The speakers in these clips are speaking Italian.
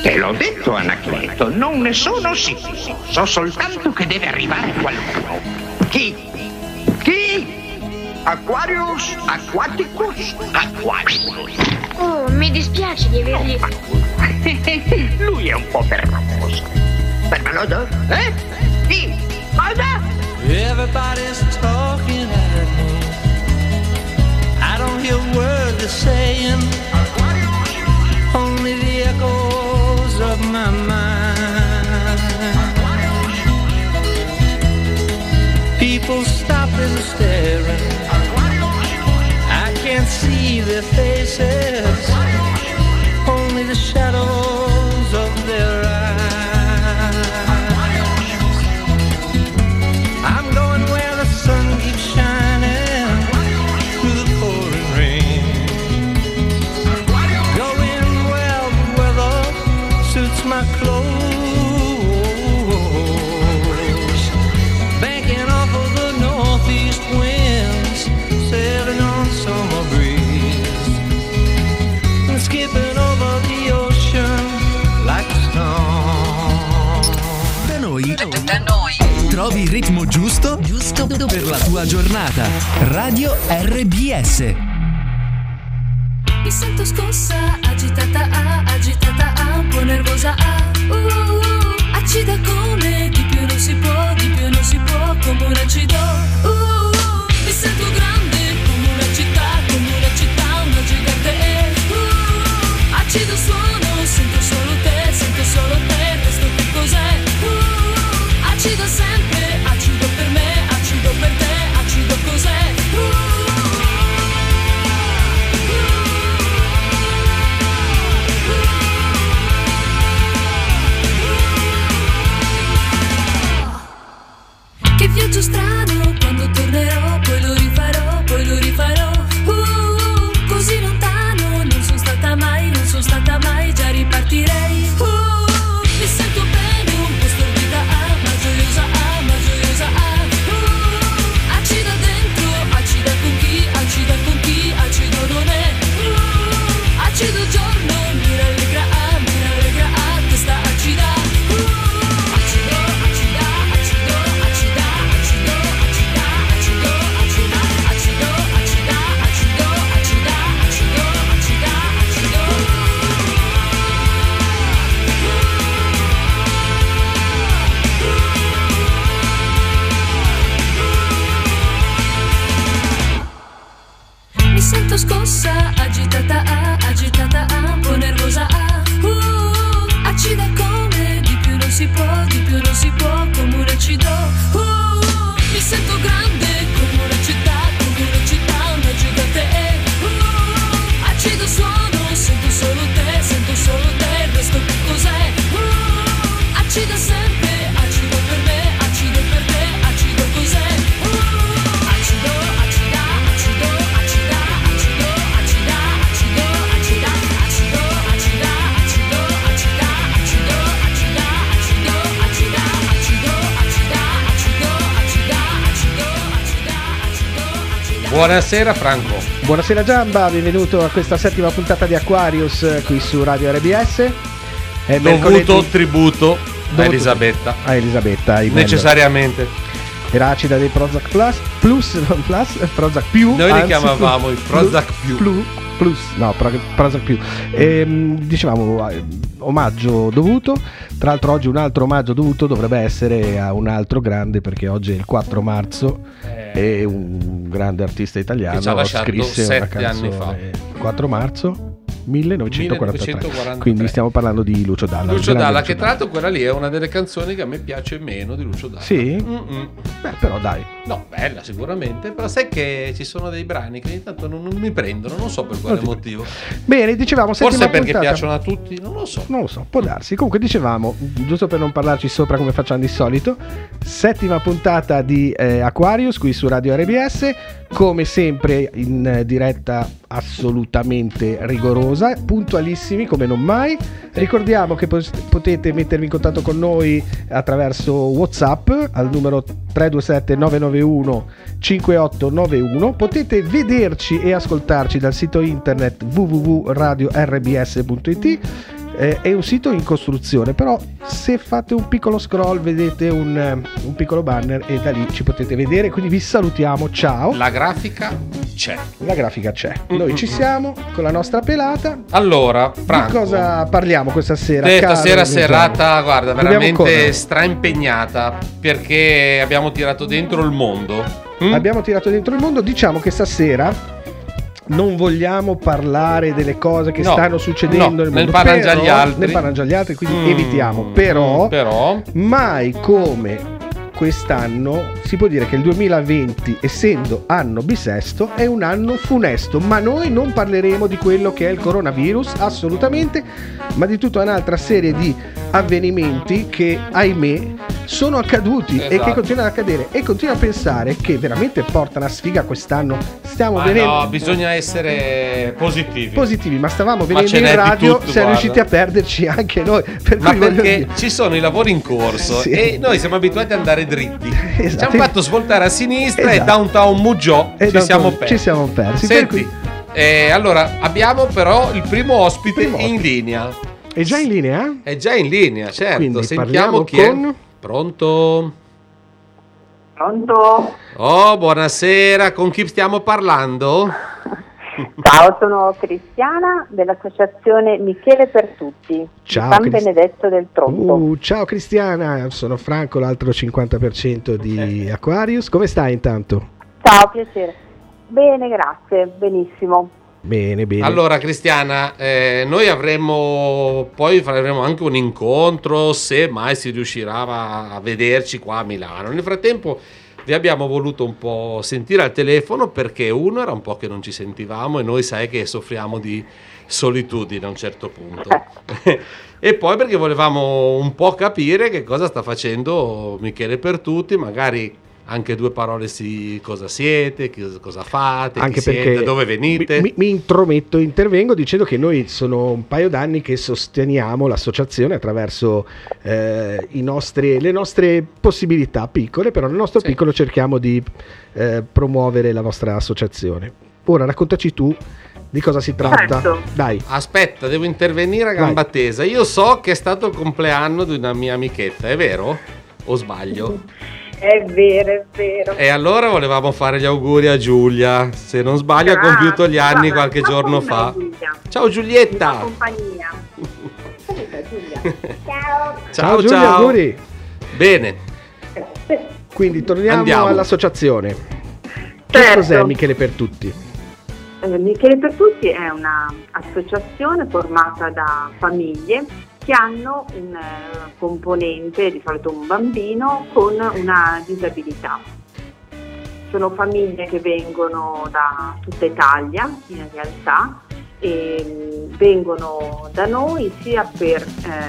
Te l'ho detto, Anacleto, non ne sono sicuro. So soltanto che deve arrivare qualcuno. Chi? Aquarius? Aquaticus? Aquaticus. Oh, mi dispiace di avergli... Lui è un po' permaloso. Permaloso? Chi? Cosa? Everybody's talking at me. I don't hear a word they're saying. Only the echoes of my mind. People stopping, staring. I can't see their faces. Only the shadows of their eyes. I'm going where the sun keeps shining through the pouring rain. Going where the weather suits my clothes. Banking off of the northeast winds, sailing on summer breeze, and skipping over the ocean like a storm. Da noi trovi il ritmo giusto per la tua giornata. Radio RBS. Mi sento scossa, agitata, un po' nervosa, acida come di più non si può, come un acido. Mi sento grande come una città, una gigante. Acido suono, sento solo te, questo che cos'è? Acido sempre, acido per me, acido per te, acido cos'è? Che viaggio strano, quando tornerò, poi lo rifarò. Così lontano, non sono stata mai, già ripartirei. Mi sento bene, un po' stordita, ma gioiosa. Acida dentro, acida con chi, acido non è. Acido giorno, mi rallegra, testa acida. Mi sento scossa, agitata, un po' nervosa, acida come di più non si può, come un acido. Mi sento grande come una città, una gigante. Acido suono, sento solo te, il resto che cos'è? Acido sempre, acido per me, acido per te, acido cos'è? Buonasera Franco. Buonasera Giamba, benvenuto a questa settima puntata di Aquarius qui su Radio RBS. È Dovuto tributo a Elisabetta. A Elisabetta, necessariamente. Era acida dei Prozac Plus, Prozac più. Noi li chiamavamo i Prozac più. Prozac più. Dicevamo omaggio dovuto. Tra l'altro oggi un altro omaggio dovuto dovrebbe essere a un altro grande, perché oggi è il 4 marzo e un grande artista italiano ci ha lasciato scrisse 7 una anni canzone fa. 4 marzo 1943. Quindi stiamo parlando di Lucio Dalla. Lucio Dalla, che tra l'altro quella lì è una delle canzoni che a me piace meno di Lucio Dalla. Sì? Beh, però dai. No, bella sicuramente, però sai che ci sono dei brani che ogni tanto non mi prendono, non so per quale motivo. Bene, dicevamo forse perché puntata. piacciono a tutti, non lo so, può darsi. Comunque dicevamo, giusto per non parlarci sopra come facciamo di solito, settima puntata di Aquarius qui su Radio RBS, come sempre in diretta assolutamente rigorosa, puntualissimi come non mai. Ricordiamo che potete mettervi in contatto con noi attraverso WhatsApp al numero 327 991 5891. Potete vederci e ascoltarci dal sito internet www.radiorbs.it. È un sito in costruzione, però se fate un piccolo scroll vedete un piccolo banner e da lì ci potete vedere, quindi vi salutiamo, ciao. La grafica c'è. La grafica c'è, noi ci siamo con la nostra pelata. Allora, Franco, di cosa parliamo questa sera? Stasera caro serata, guarda, Dobbiamo veramente correre. straimpegnata, perché abbiamo tirato dentro il mondo. Abbiamo tirato dentro il mondo, diciamo che stasera non vogliamo parlare delle cose che No, stanno succedendo nel ne mondo, parlano già gli altri. ne parlano già gli altri, quindi evitiamo. Però mai come quest'anno si può dire che il 2020, essendo anno bisesto, è un anno funesto, ma noi non parleremo di quello che è il coronavirus, assolutamente, ma di tutta un'altra serie di avvenimenti che, ahimè, sono accaduti e che Esatto. continuano ad accadere, e continuo a pensare che veramente portano a sfiga quest'anno. Stiamo Ma venendo no, bisogna essere positivi. ma stavamo Ma venendo ce in n'è di radio, tutto, siamo guarda. riusciti a perderci anche noi, per Ma cui voglio perché dire- ci sono i lavori in corso Sì. e noi siamo abituati ad andare dritti. Esatto. Ci hanno fatto svoltare a sinistra e Esatto. Downtown Muggio E ci dopo siamo persi. ci siamo persi, per Senti, cui- allora abbiamo però il primo ospite Primo in ospite. linea. è già in linea? È già in linea, certo. Quindi Sentiamo parliamo chi è. con- Pronto? Pronto? Oh, buonasera. Con chi stiamo parlando? Ciao, sono Cristiana dell'associazione Michele per Tutti, Ciao, di San Cris- Benedetto del Tronto. Ciao Cristiana, sono Franco, l'altro 50% di Aquarius. Come stai intanto? Ciao, piacere. Bene, grazie, benissimo. Bene, bene. Allora, Cristiana, noi faremo anche un incontro, se mai si riuscirà a vederci qua a Milano. Nel frattempo vi abbiamo voluto un po' sentire al telefono, perché uno era un po' che non ci sentivamo e noi sai che soffriamo di solitudine a un certo punto. E poi perché volevamo un po' capire che cosa sta facendo Michele per Tutti, magari anche due parole sì, cosa siete, cosa fate, Anche chi siete, perché dove venite. mi intrometto, intervengo dicendo che noi sono un paio d'anni che sosteniamo l'associazione attraverso le nostre possibilità piccole, però nel nostro Sì. piccolo cerchiamo di promuovere la vostra associazione. Ora raccontaci tu di cosa si tratta. Certo. Dai. Aspetta, devo intervenire a gamba tesa. Io so che è stato il compleanno di una mia amichetta, è vero? O sbaglio? È vero, è vero. E allora volevamo fare gli auguri a Giulia. Se non sbaglio ha compiuto gli anni qualche giorno fa. Ciao Giulietta! Compagnia. Saluta, Giulia. Ciao. Ciao Giulia, ciao! auguri. Bene, Quindi torniamo Andiamo. all'associazione. Che Certo. cos'è Michele per Tutti? Michele per Tutti è un'associazione formata da famiglie che hanno un componente, di solito un bambino, con una disabilità. Sono famiglie che vengono da tutta Italia, in realtà, e vengono da noi sia per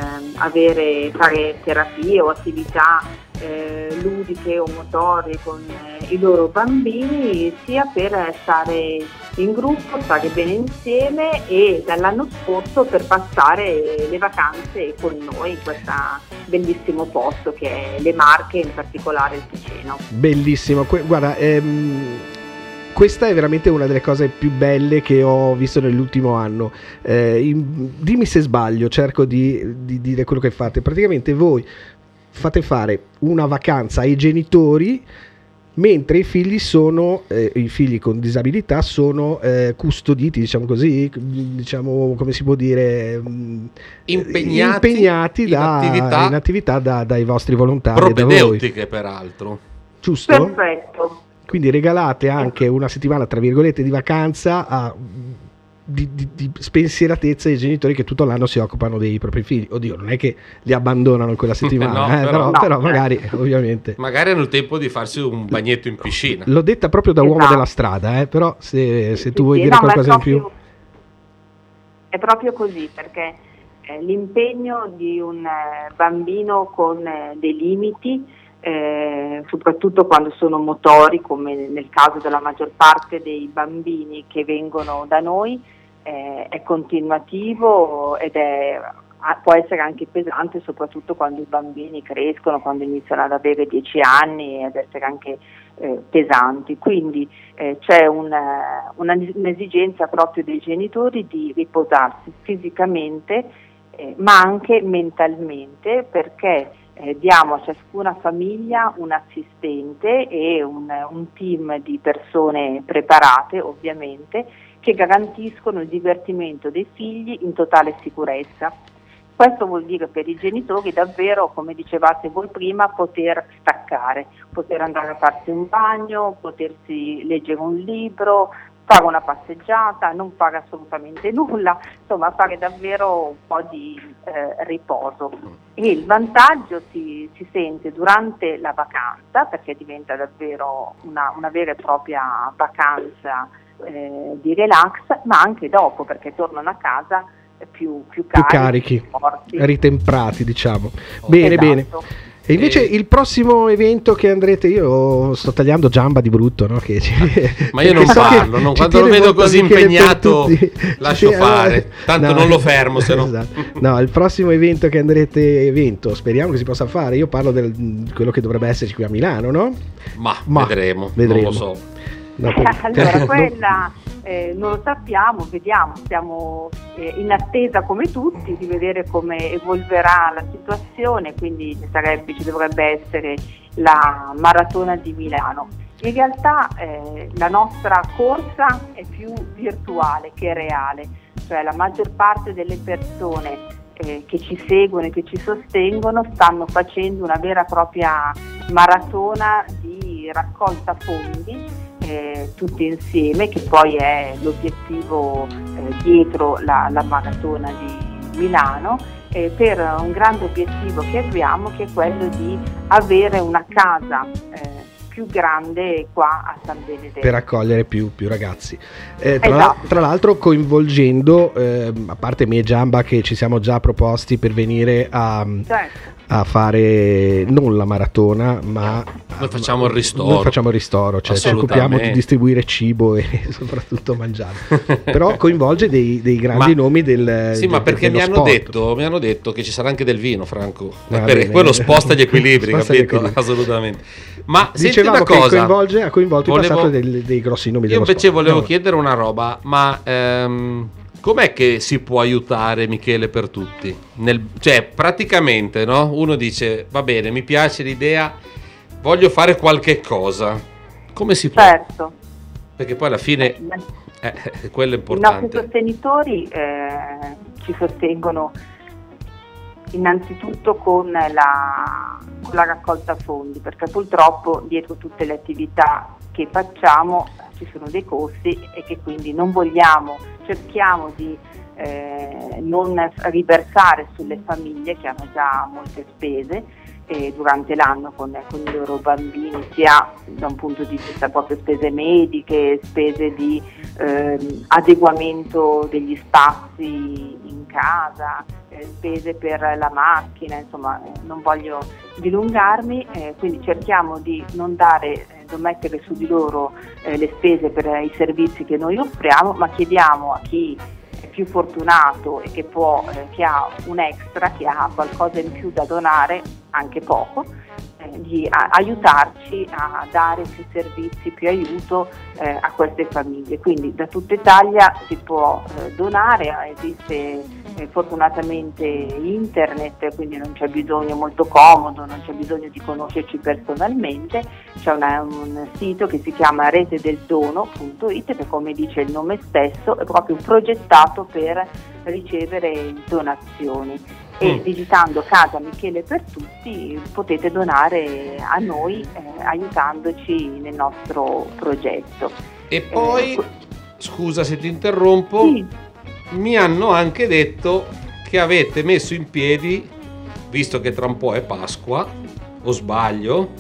fare terapie o attività ludiche o motorie con i loro bambini, sia per stare in gruppo, stare bene insieme, e dall'anno scorso per passare le vacanze con noi in questo bellissimo posto che è le Marche, in particolare il Ticino. Bellissimo, guarda, questa è veramente una delle cose più belle che ho visto nell'ultimo anno. Dimmi se sbaglio, cerco di dire quello che fate. Praticamente voi fate fare una vacanza ai genitori, mentre i figli con disabilità sono custoditi, diciamo così, diciamo, come si può dire, impegnati in attività dai vostri volontari, da voi. propedeutiche peraltro. Giusto? Perfetto. Quindi regalate anche una settimana, tra virgolette, di vacanza di spensieratezza ai genitori che tutto l'anno si occupano dei propri figli. Oddio, non è che li abbandonano in quella settimana, No, però magari, ovviamente. Magari hanno il tempo di farsi un bagnetto in piscina. L'ho detta proprio da uomo Esatto. della strada, però se tu vuoi Sì, dire no, ma qualcosa in più. È proprio così, perché l'impegno di un bambino con dei limiti, soprattutto quando sono motori, come nel caso della maggior parte dei bambini che vengono da noi, è continuativo ed può essere anche pesante, soprattutto quando i bambini crescono, quando iniziano ad avere 10 anni, ed essere anche pesanti. Quindi c'è un'esigenza proprio dei genitori di riposarsi fisicamente ma anche mentalmente, perché diamo a ciascuna famiglia un assistente e un team di persone preparate, ovviamente, che garantiscono il divertimento dei figli in totale sicurezza. Questo vuol dire per i genitori davvero, come dicevate voi prima, poter staccare, poter andare a farsi un bagno, potersi leggere un libro, fare una passeggiata, non fare assolutamente nulla, insomma fare davvero un po' di riposo. E il vantaggio si sente durante la vacanza, perché diventa davvero una vera e propria vacanza di relax, ma anche dopo, perché tornano a casa più carichi, forti, ritemprati, diciamo. Bene, esatto. Bene. E invece il prossimo evento che andrete, io sto tagliando gamba di brutto, no? Ma io non parlo, quando lo vedo così impegnato lascio fare, tanto non lo fermo, se no. Esatto. No, il prossimo evento che andrete, speriamo che si possa fare, io parlo di quello che dovrebbe esserci qui a Milano, no? Ma vedremo, non lo so. No, allora quella non lo sappiamo, vediamo, siamo in attesa come tutti di vedere come evolverà la situazione, quindi ci dovrebbe essere la maratona di Milano. In realtà la nostra corsa è più virtuale che reale, cioè la maggior parte delle persone che ci seguono e che ci sostengono stanno facendo una vera e propria maratona di raccolta fondi tutti insieme, che poi è l'obiettivo dietro la maratona di Milano, per un grande obiettivo che abbiamo, che è quello di avere una casa più grande qua a San Benedetto per accogliere più ragazzi, esatto. tra l'altro coinvolgendo a parte me e Giamba, che ci siamo già proposti per venire a fare non la maratona, ma noi facciamo il ristoro, cioè ci occupiamo di distribuire cibo e soprattutto mangiare. Però coinvolge dei grandi nomi del sì, ma perché mi hanno detto che ci sarà anche del vino, Franco, quello sposta gli equilibri, capito? Assolutamente. Ma dicevamo una cosa, che ha coinvolto il passato dei grossi nomi dello sport. Io invece volevo chiedere una roba, ma com'è che si può aiutare Michele per tutti? Cioè, praticamente, no? Uno dice, va bene, mi piace l'idea, voglio fare qualche cosa. Come si può? Certo. Perché poi alla fine quello è importante. I nostri sostenitori ci sostengono innanzitutto con la raccolta fondi, perché purtroppo dietro tutte le attività che facciamo ci sono dei costi e che quindi cerchiamo di non riversare sulle famiglie che hanno già molte spese durante l'anno con i loro bambini, sia da un punto di vista proprio spese mediche, spese di adeguamento degli spazi in casa, spese per la macchina, insomma non voglio dilungarmi, quindi cerchiamo di non mettere su di loro le spese per i servizi che noi offriamo, ma chiediamo a chi è più fortunato e che ha un extra, che ha qualcosa in più da donare, anche poco, di aiutarci a dare più servizi, più aiuto a queste famiglie. Quindi da tutta Italia si può donare, esiste fortunatamente internet, quindi non c'è bisogno, molto comodo, non c'è bisogno di conoscerci personalmente, c'è un sito che si chiama retedeldono.it, che come dice il nome stesso è proprio progettato per ricevere donazioni. E digitando Casa Michele per tutti potete donare a noi aiutandoci nel nostro progetto. E poi, scusa se ti interrompo, sì. Mi hanno anche detto che avete messo in piedi, visto che tra un po' è Pasqua, o sbaglio,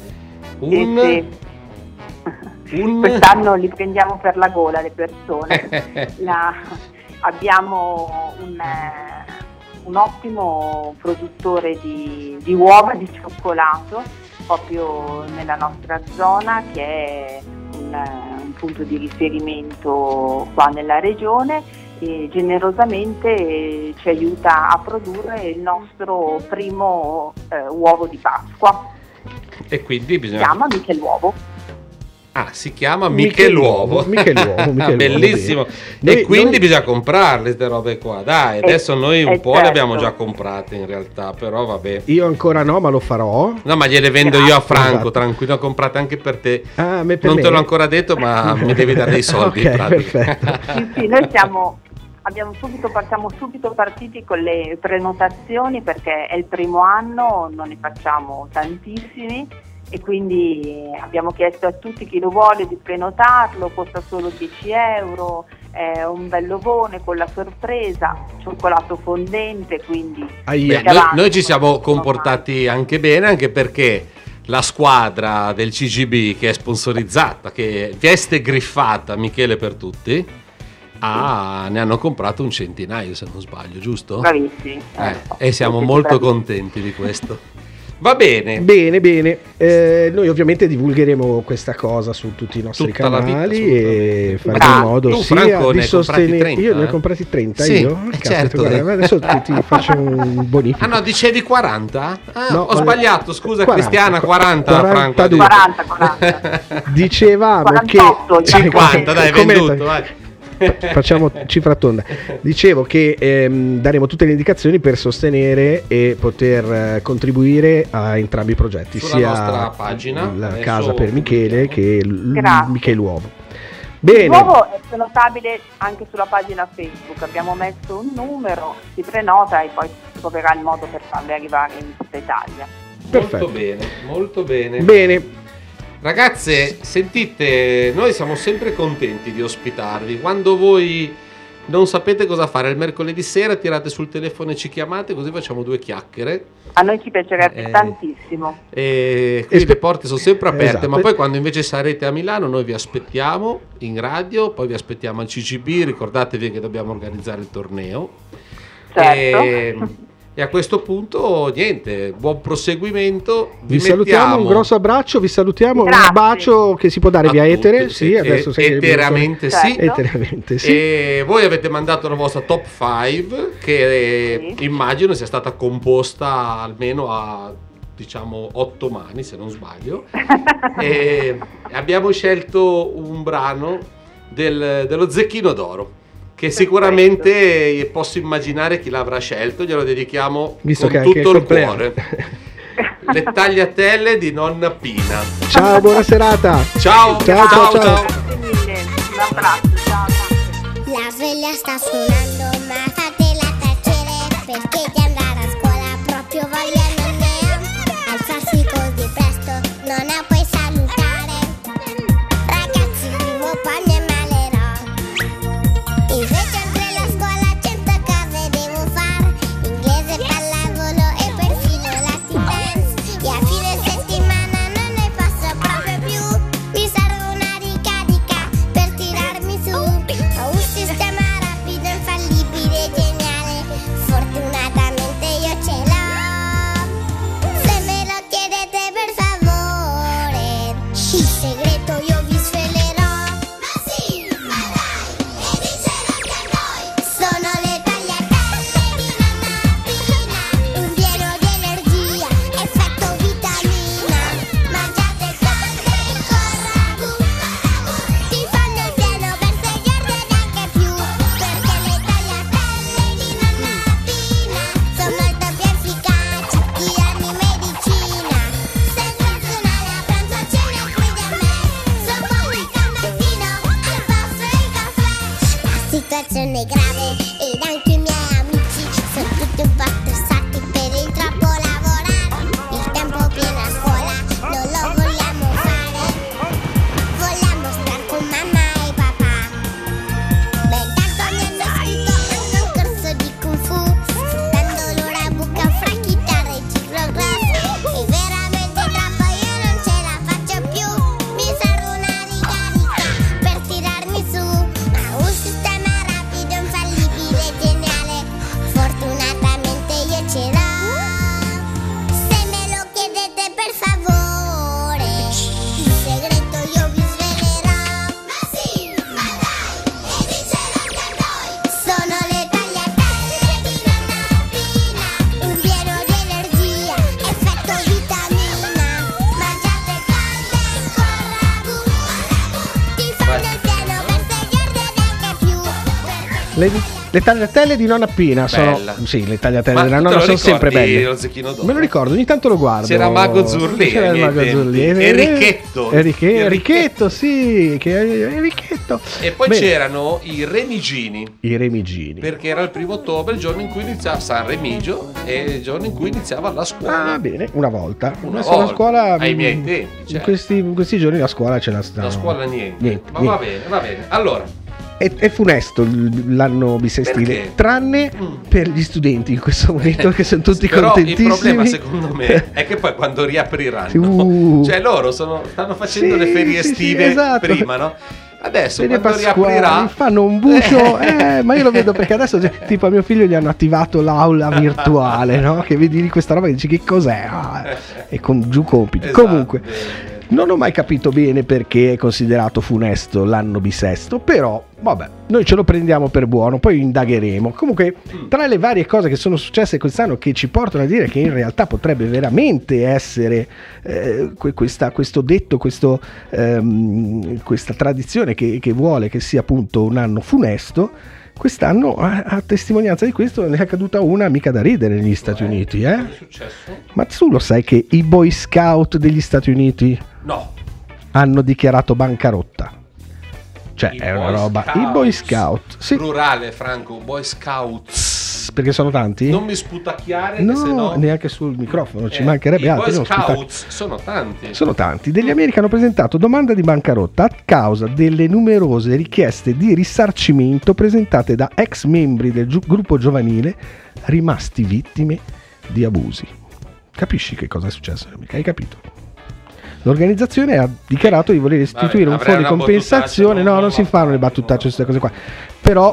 quest'anno li prendiamo per la gola le persone. Abbiamo un ottimo produttore di uova di cioccolato proprio nella nostra zona, che è un punto di riferimento qua nella regione, e generosamente ci aiuta a produrre il nostro primo uovo di Pasqua. E quindi si chiama Micheluovo. Si chiama Micheluovo. Micheluovo, bellissimo. E quindi bisogna comprarle queste robe qua. Dai, adesso noi un po' le abbiamo già comprate in realtà, però vabbè. Io ancora no, ma lo farò. No, ma gliele vendo io a Franco, tranquillo, ho comprate anche per te. Per non me. te l'ho ancora detto, ma mi devi dare dei soldi. Ok, perfetto. Sì, noi siamo subito partiti con le prenotazioni perché è il primo anno, non ne facciamo tantissimi e quindi abbiamo chiesto a tutti chi lo vuole di prenotarlo, costa solo 10 euro, è un bell'ovone con la sorpresa, cioccolato fondente, quindi noi ci siamo comportati anche bene, anche perché la squadra del CGB che è sponsorizzata, che veste griffata Michele per tutti, ne hanno comprato un centinaio se non sbaglio, giusto? Bravissimi. E siamo molto contenti di questo. Va bene. Bene. Noi ovviamente divulgheremo questa cosa su tutti i nostri canali e faremo in modo sia di sostenere. Io ne ho comprati 30 io? Certo. Guarda, adesso ti faccio un bonifico. No, dicevi 40? No, ho sbagliato, scusa 40, Cristiana, 40 Franco. 40. Dicevamo 48, che 50, dai, venduto, vai. Facciamo cifra tonda. Dicevo che daremo tutte le indicazioni per sostenere e poter contribuire a entrambi i progetti, sulla sia nostra pagina, la casa per Michele che Micheluovo. Bene. Il nuovo è prenotabile anche sulla pagina Facebook, abbiamo messo un numero, si prenota e poi si troverà il modo per farle arrivare in tutta Italia. Perfetto. Molto bene. Bene. Ragazze, sentite, noi siamo sempre contenti di ospitarvi. Quando voi non sapete cosa fare il mercoledì sera, tirate sul telefono e ci chiamate, così facciamo due chiacchiere. A noi ci piacerebbe tantissimo. E quindi le porte sono sempre aperte, esatto. Ma poi quando invece sarete a Milano noi vi aspettiamo in radio, poi vi aspettiamo al CGB, ricordatevi che dobbiamo organizzare il torneo. Certo. E a questo punto, niente, buon proseguimento. Vi salutiamo, un grosso abbraccio, vi salutiamo, un bacio che si può dare via etere. Sì, adesso eteramente sì. Eteramente sì. E voi avete mandato la vostra top 5, che immagino sia stata composta almeno a 8 mani, se non sbaglio. E abbiamo scelto un brano dello Zecchino d'Oro, che sicuramente posso immaginare chi l'avrà scelto, glielo dedichiamo con tutto il cuore. Le tagliatelle di nonna Pina. Ciao, buona serata. Ciao. Grazie mille, un abbraccio, ciao. La sveglia sta suonando, ma fatela tacere, perché di andare a scuola proprio voglia non ne ha. Alzarsi così presto non la puoi salutare. Ragazzi, prima o poi ne malerò. Invece oltre la scuola 100 cose devo fare: inglese, pallavolo e perfino Latin dance. E a fine settimana non ne posso proprio più. Mi serve una ricarica per tirarmi su. Ho un sistema rapido, infallibile e geniale. Fortunatamente Le tagliatelle di nonna Pina sono. Bella. Sì, le tagliatelle Ma della tu te nonna lo sono sempre ricordi, belle. lo Zecchino d'Oro? Me lo ricordo, ogni tanto lo guardo. C'era Mago Zurli C'era ai il Mago miei Zurli. tempi. Enrichetto. Enrichetto, sì, che Enrichetto. E poi Bene. c'erano i Remigini, I Remigini. perché era il 1 ottobre, il giorno in cui iniziava San Remigio e il giorno in cui iniziava la scuola. Ah, bene, una volta. Una Adesso la volta, scuola. ai miei tempi, In certo. in questi giorni la scuola ce la sta. La scuola niente. Ma niente. va bene, va bene. Allora, È funesto l'anno bisestile, Perché? tranne per gli studenti in questo momento che sono tutti però contentissimi. il problema secondo me è che poi quando riapriranno, cioè loro stanno facendo Sì, le ferie sì, estive esatto. prima, no? Adesso Ferie quando pasquali, riaprirà fanno un bucio, ma io lo vedo perché adesso tipo a mio figlio gli hanno attivato l'aula virtuale, no? Che vedi lì questa roba e dici che cos'è? E con giù compiti. Esatto. Comunque non ho mai capito bene perché è considerato funesto l'anno bisesto, però vabbè, noi ce lo prendiamo per buono, poi indagheremo. Comunque, tra le varie cose che sono successe quest'anno che ci portano a dire che in realtà potrebbe veramente essere questo detto, questa tradizione che vuole che sia appunto un anno funesto, quest'anno a testimonianza di questo ne è accaduta una mica da ridere negli Stati Uniti. Cosa è successo? Ma tu lo sai che i Boy Scout degli Stati Uniti No. hanno dichiarato bancarotta? Cioè, I è una Boy roba. Scouts. I Boy Scout, sì, Plurale, Franco, Boy Scouts. perché sono tanti? Non mi sputacchiare, No, che se no neanche sul microfono, ci mancherebbe i altro. Boy io non Scouts sono tanti. Sono tanti. Degli americani hanno presentato domanda di bancarotta a causa delle numerose richieste di risarcimento presentate da ex membri del gruppo giovanile rimasti vittime di abusi. Capisci che cosa è successo? Hai capito? L'organizzazione ha dichiarato di voler istituire un fondo di compensazione. No, non si fanno le battutacce su queste cose qua. Però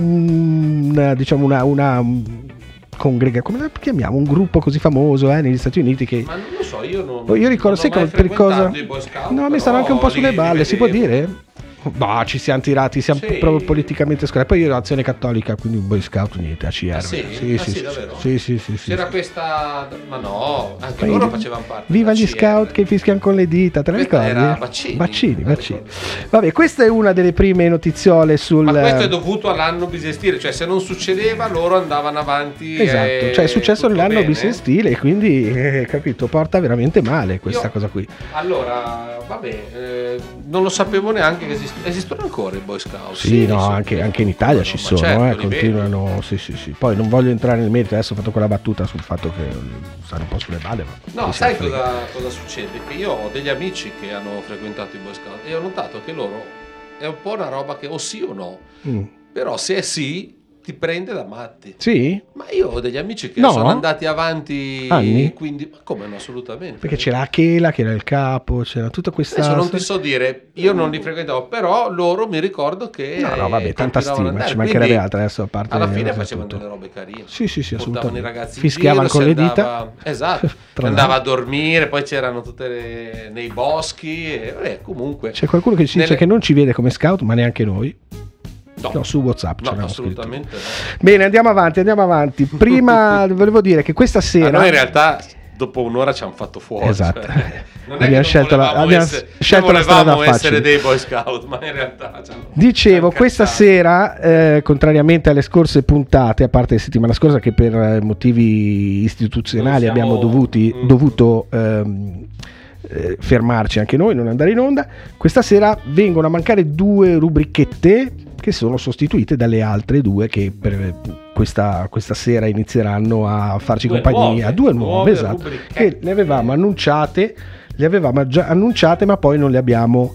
una congrega, come la chiamiamo? Un gruppo così famoso negli Stati Uniti che. Ma non lo so, io ricordo, sai per cosa? No, mi stanno anche un po' sulle balle, si può dire? Bah, ci siamo tirati, siamo proprio politicamente scorretti. Poi io ero Azione Cattolica, quindi un Boy Scout, niente, ACR. Sì, davvero? Sì. C'era questa. Ma no, anche Poi, loro facevano parte. Viva gli della scout CR. che fischiano con le dita, te la Questa ricordi? era Baccini. Baccini. Vabbè, questa è una delle prime notiziole sul. Ma questo è dovuto all'anno bisestile, cioè se non succedeva loro andavano avanti. Esatto, cioè è successo tutto nell'anno bene. bisestile e quindi, capito, porta veramente male questa cosa qui. Allora, vabbè, non lo sapevo neanche che esistono ancora i Boy Scout. Sì, no, sono- anche in Italia ci ma sono, certo, li continuano. Sì. Poi non voglio entrare nel merito, adesso ho fatto quella battuta sul fatto che stanno un po' sulle balle. Ma No, chi se ne sai frega. cosa succede? Che io ho degli amici che hanno frequentato i Boy Scout e ho notato che loro è un po' una roba che o sì o no, Mm. però se è sì ti prende da matti. Sì? Ma io ho degli amici che No? sono andati avanti Anni? quindi ma come no, assolutamente. Perché c'era Achela che era il capo, c'era tutta questa. Adesso non ti so dire, io non li frequentavo, però loro mi ricordo che No, vabbè, tanta continuavano ad stima, andare, ci mancherebbe quindi altro adesso a parte. alla fine le cose facevano tutto. delle robe carine. Sì, Portavano assolutamente. i ragazzi in Fischiavano giro, con si le dita. andava- esatto, Tra andava a l'altro. dormire, poi c'erano tutte nei boschi e vabbè, comunque C'è qualcuno che ci dice nelle- che non ci vede come scout, ma neanche noi. No. No, su WhatsApp. No, ce l'abbiamo scritto. assolutamente no. Bene, andiamo avanti. Prima volevo dire che questa A sera. noi in realtà dopo un'ora ci hanno fatto fuori. Esatto. cioè, non è Abbiamo che non scelto la- volevamo abbiamo essere, scelto non la strada volevamo facile. essere dei Boy Scout, ma in realtà ci hanno- Dicevo, ci hanno questa cazzato. sera, contrariamente alle scorse puntate, a parte la settimana scorsa che per motivi istituzionali Non siamo- abbiamo dovuto fermarci anche noi, non andare in onda, questa sera vengono a mancare 2 rubrichette che sono sostituite dalle altre 2 che per questa sera inizieranno a farci 2 compagnia. nuove, 2 nuove, nuove esatto, rubrichette. che le avevamo già annunciate, ma poi non le abbiamo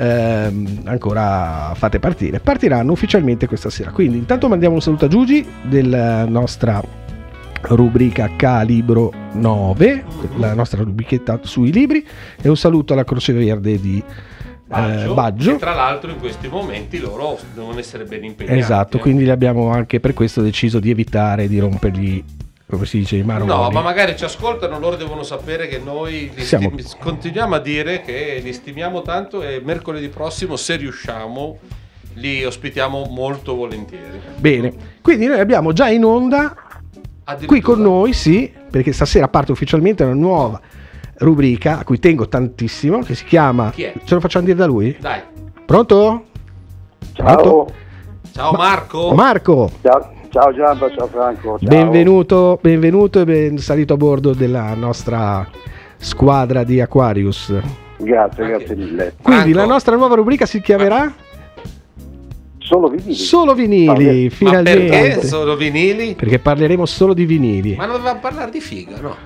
ancora fate partire. Partiranno ufficialmente questa sera. Quindi intanto mandiamo un saluto a Giugi della nostra rubrica Calibro 9, la nostra rubrichetta sui libri, e un saluto alla Croce Verde di Baggio. E tra l'altro in questi momenti loro devono essere ben impegnati. Esatto, quindi li abbiamo anche per questo deciso di evitare di rompergli, come si dice, i maroni. No, ma magari ci ascoltano, loro devono sapere che noi Siamo- continuiamo a dire che li stimiamo tanto e mercoledì prossimo, se riusciamo, li ospitiamo molto volentieri. Bene, quindi noi abbiamo già in onda qui con noi, sì, perché stasera parte ufficialmente una nuova rubrica a cui tengo tantissimo, che si chiama... Chi è? Ce lo facciamo dire da lui? Dai. Pronto? Ciao. Ciao Marco. Marco, Ciao Giampa, ciao Franco. Ciao. benvenuto e ben salito a bordo della nostra squadra di Aquarius. Grazie mille. Quindi Franco. la nostra nuova rubrica si chiamerà Solo vinili. Solo vinili, Ma finalmente. perché solo vinili? Perché parleremo solo di vinili. Ma non dovevamo parlare di figa, no?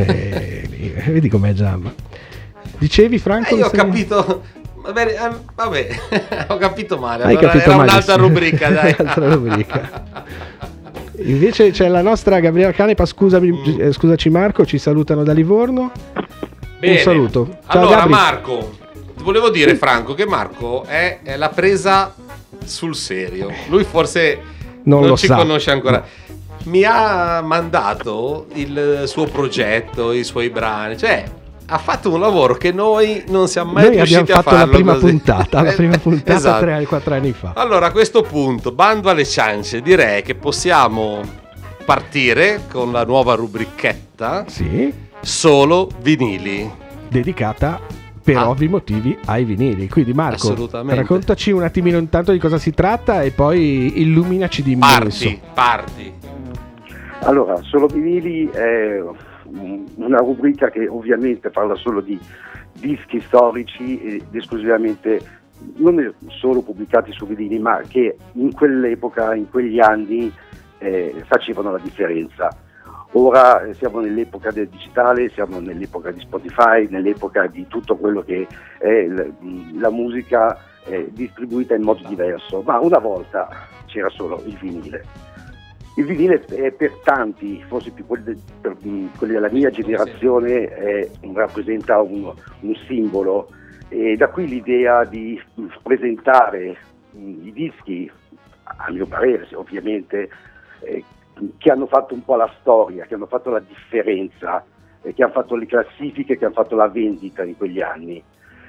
Vedi com'è Giamma. Dicevi Franco? Io ho che sei- capito. Vabbè, ho capito male. Hai Allora capito era malissimo. un'altra rubrica, dai. Un'altra rubrica. Invece c'è la nostra Gabriela Canepa, scusaci Marco, ci salutano da Livorno. Bene. Un saluto. Ciao Allora Gabri. Marco, ti volevo dire Franco che Marco è la presa sul serio. Lui forse Non lo ci sa. conosce ancora. Mi ha mandato il suo progetto, i suoi brani, cioè ha fatto un lavoro che noi non siamo mai Noi abbiamo riusciti a fatto farlo la prima così. puntata, Esatto. 4 anni fa. Allora a questo punto, bando alle ciance, direi che possiamo partire con la nuova rubrichetta Sì, Solo vinili. dedicata per ovvi motivi ai vinili. Quindi Marco, Assolutamente. raccontaci un attimino intanto di cosa si tratta e poi illuminaci di immenso. Parti. Allora, Solo vinili è una rubrica che ovviamente parla solo di dischi storici ed esclusivamente, non solo pubblicati su vinili, ma che in quell'epoca, in quegli anni facevano la differenza. Ora siamo nell'epoca del digitale, siamo nell'epoca di Spotify, nell'epoca di tutto quello che è la musica distribuita in modo diverso, ma una volta c'era solo il vinile. Il vinile per tanti, forse più quelli della mia generazione, rappresenta un simbolo, e da qui l'idea di presentare i dischi, a mio parere ovviamente, che hanno fatto un po' la storia, che hanno fatto la differenza, che hanno fatto le classifiche, che hanno fatto la vendita in quegli anni.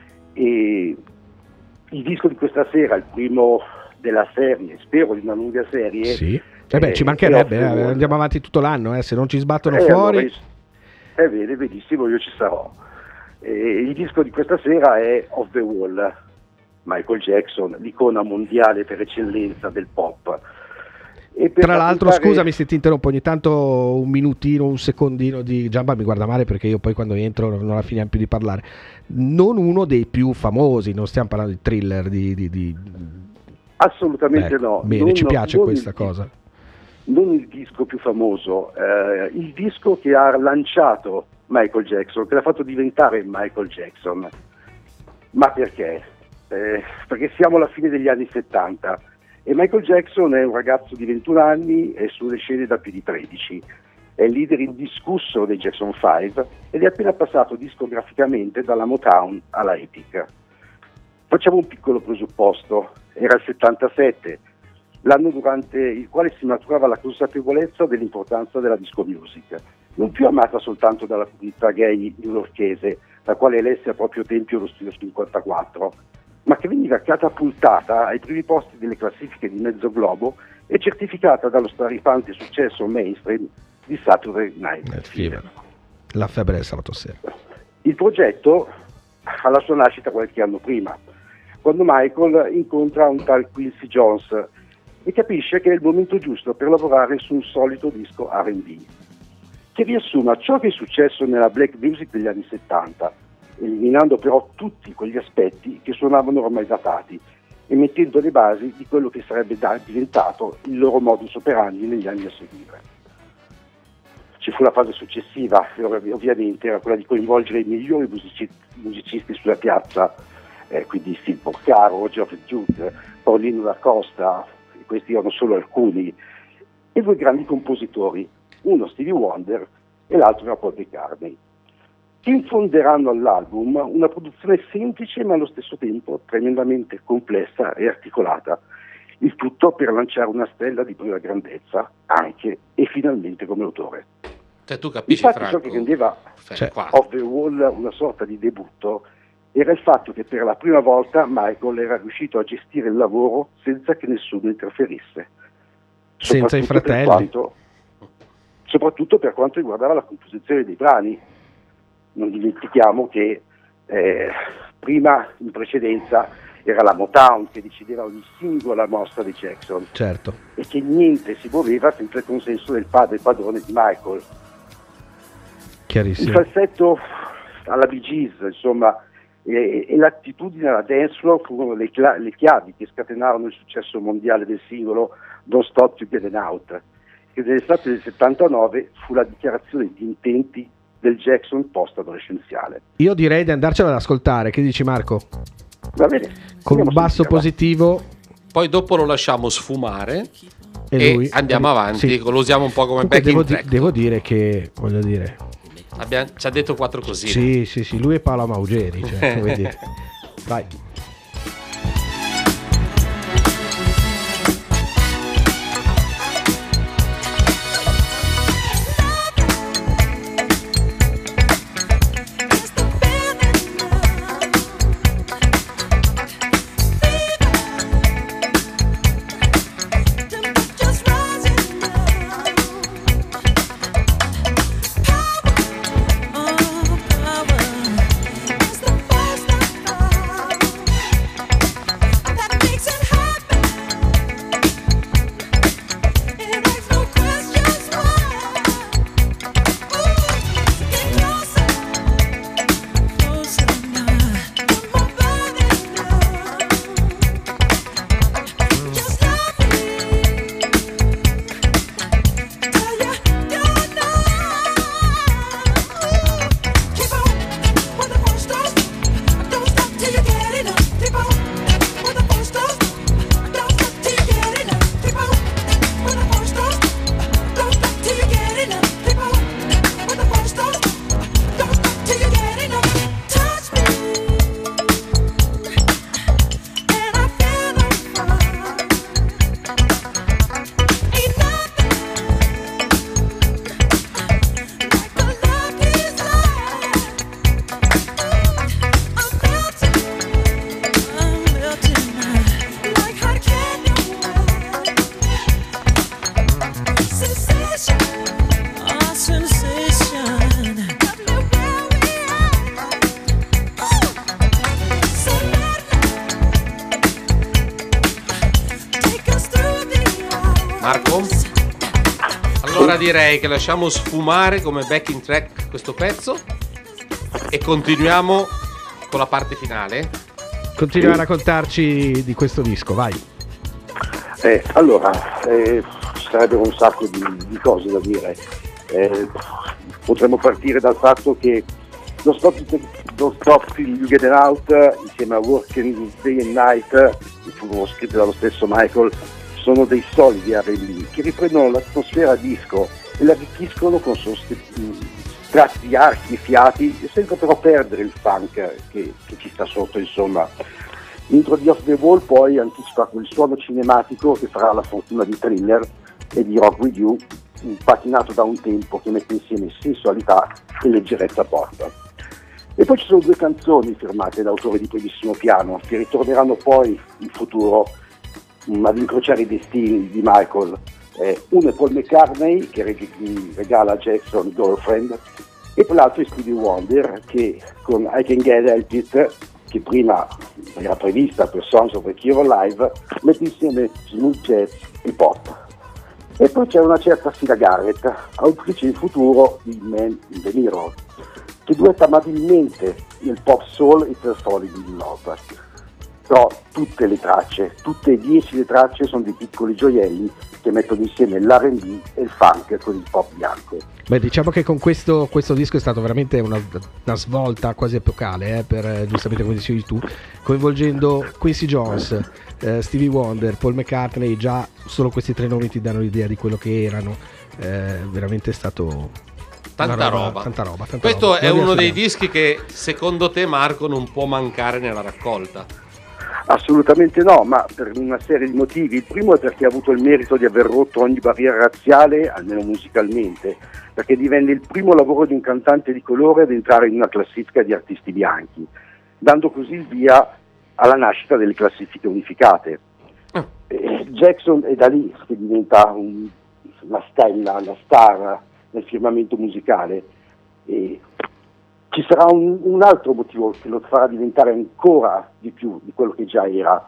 E il disco di questa sera, il primo della serie, spero di una lunga serie. Sì. Ci mancherebbe, andiamo avanti tutto l'anno, se non ci sbattono fuori. Allora, benissimo, io ci sarò. Il disco di questa sera è Off the Wall, Michael Jackson, l'icona mondiale per eccellenza del pop. E per Tra l'altro, raccontare- scusami se ti interrompo, ogni tanto un minutino, un secondino di Giamba mi guarda male perché io poi quando entro non la finiamo più di parlare. Non uno dei più famosi, non stiamo parlando di Thriller, Assolutamente no. Bene, Non- ci piace non questa il- cosa. Non il disco più famoso, il disco che ha lanciato Michael Jackson, che l'ha fatto diventare Michael Jackson. Ma perché? Perché siamo alla fine degli anni 70 e Michael Jackson è un ragazzo di 21 anni e sulle scene da più di 13. È il leader indiscusso dei Jackson 5 ed è appena passato discograficamente dalla Motown alla Epic. Facciamo un piccolo presupposto, era il 77, l'anno durante il quale si maturava la consapevolezza dell'importanza della disco music, non più amata soltanto dalla comunità gay newyorkese, la quale elesse a proprio tempio lo Studio 54, ma che veniva catapultata ai primi posti delle classifiche di mezzo globo e certificata dallo straripante successo mainstream di Saturday Night Fever. La febbre del sabato sera. Il progetto ha la sua nascita qualche anno prima, quando Michael incontra un tal Quincy Jones e capisce che è il momento giusto per lavorare su un solito disco R&B, che riassuma ciò che è successo nella black music degli anni 70, eliminando però tutti quegli aspetti che suonavano ormai datati e mettendo le basi di quello che sarebbe diventato il loro modus operandi negli anni a seguire. Ci fu la fase successiva, ovviamente era quella di coinvolgere i migliori musicisti sulla piazza, quindi Phil Porcaro, Geoffrey Duke, Paulino da Costa, questi erano solo alcuni, e due grandi compositori, uno Stevie Wonder e l'altro era Paul McCartney, che infonderanno all'album una produzione semplice ma allo stesso tempo tremendamente complessa e articolata, il tutto per lanciare una stella di prima grandezza anche e finalmente come autore. Cioè tu capisci, Infatti Franco? ciò che rendeva Qua. Off the Wall una sorta di debutto era il fatto che per la prima volta Michael era riuscito a gestire il lavoro senza che nessuno interferisse. Senza i fratelli. Soprattutto per quanto riguardava la composizione dei brani. Non dimentichiamo che prima, in precedenza, era la Motown che decideva ogni singola mossa di Jackson, certo, e che niente si muoveva senza il consenso del padre padrone di Michael. chiarissimo. Il falsetto alla Bee Gees, insomma, e l'attitudine alla dance floor furono le chiavi che scatenarono il successo mondiale del singolo Don't Stop to Get Out, che nell'estate del 79 fu la dichiarazione di intenti del Jackson post-adolescenziale. Io direi di andarcela ad ascoltare, che dici Marco? Va bene. Con un Andiamo a basso sentirla. positivo Poi dopo lo lasciamo sfumare e lui andiamo avanti, sì. lo usiamo un po' come Comunque backing track. devo dire che, voglio dire, Ci ha detto 4 cosine. sì, lui è Paolo Maugeri, cioè, come dire. Vai. Marco? Allora direi che lasciamo sfumare come backing track questo pezzo e continuiamo con la parte finale. Continua a raccontarci di questo disco, vai. Allora, ci sarebbero un sacco di cose da dire. Potremmo partire dal fatto che Don't Stop Till You Get Out insieme a Working Day and Night, che furono scritti dallo stesso Michael, sono dei solidi R&B che riprendono l'atmosfera disco e la arricchiscono con tratti archi e fiati, senza però perdere il funk che ci sta sotto, insomma. L'intro di Off the Wall poi anticipa quel suono cinematico che farà la fortuna di Thriller e di Rock With You, patinato da un tempo che mette insieme sensualità e leggerezza porta. E poi ci sono 2 canzoni firmate da autori di primissimo piano che ritorneranno poi in futuro ad incrociare i destini di Michael. Uno è Paul McCartney che regala a Jackson Girlfriend, e poi l'altro è Stevie Wonder che con I Can Get Help It, che prima era prevista per Songs of a Hero Live, mette insieme smooth jazz e pop. E poi c'è una certa Sida Garrett, autrice in futuro di Man in the Mirror, che duetta amabilmente nel pop soul e per Falling in Love. Però tutte e 10 le tracce sono dei piccoli gioielli che mettono insieme l'R&B e il funk con il pop bianco. Beh, diciamo che con questo disco è stato veramente una svolta quasi epocale, per giustamente come dicevi tu, coinvolgendo Quincy Jones, Stevie Wonder, Paul McCartney. Già solo questi 3 nomi ti danno l'idea di quello che erano. Veramente è stato tanta roba. Questo roba. è uno dei dischi che secondo te, Marco, non può mancare nella raccolta? Assolutamente no, ma per una serie di motivi. Il primo è perché ha avuto il merito di aver rotto ogni barriera razziale, almeno musicalmente, perché divenne il primo lavoro di un cantante di colore ad entrare in una classifica di artisti bianchi, dando così il via alla nascita delle classifiche unificate. Jackson è da lì che diventa la stella, la star nel firmamento musicale, e ci sarà un altro motivo che lo farà diventare ancora di più di quello che già era.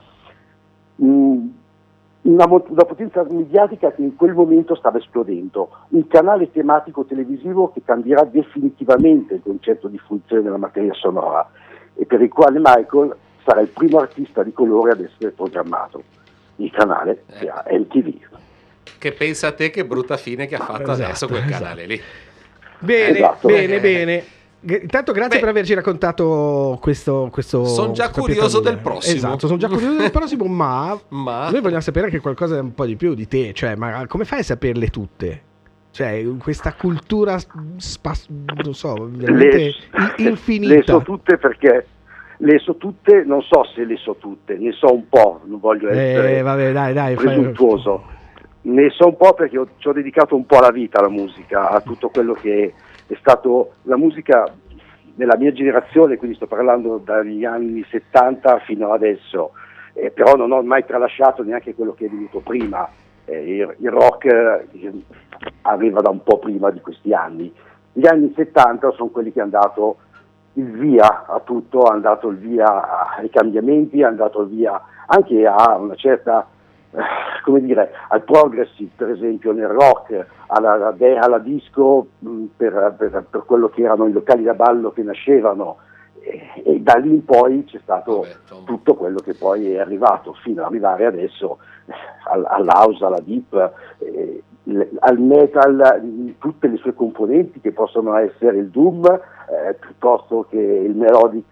Una potenza mediatica che in quel momento stava esplodendo, un canale tematico televisivo che cambierà definitivamente il concetto di funzione della materia sonora e per il quale Michael sarà il primo artista di colore ad essere programmato, il canale che ha MTV. Che pensa a te che brutta fine che ha fatto adesso quel canale lì. Bene, bene. Intanto grazie per averci raccontato questo sono già curioso del prossimo. Esatto, sono già curioso del prossimo, ma noi vogliamo sapere anche qualcosa un po' di più di te, cioè, ma come fai a saperle tutte? Cioè, questa cultura non so, veramente infinita. Le so tutte perché non so se le so tutte, ne so un po', non voglio essere dai, presuntuoso. Ne so un po' perché ci ho dedicato un po' la vita alla musica, a tutto quello che è stato la musica nella mia generazione, quindi sto parlando dagli anni 70 fino ad adesso, però non ho mai tralasciato neanche quello che è venuto prima. Il rock arriva da un po' prima di questi anni. Gli anni 70 sono quelli che hanno dato il via a tutto, hanno dato il via ai cambiamenti, hanno dato il via anche a una certa, come dire, al progressive, per esempio nel rock, alla disco, per quello che erano i locali da ballo che nascevano, e da lì in poi c'è stato tutto quello che poi è arrivato fino ad arrivare adesso all'house, alla deep, al metal, tutte le sue componenti che possono essere il doom piuttosto che il melodic.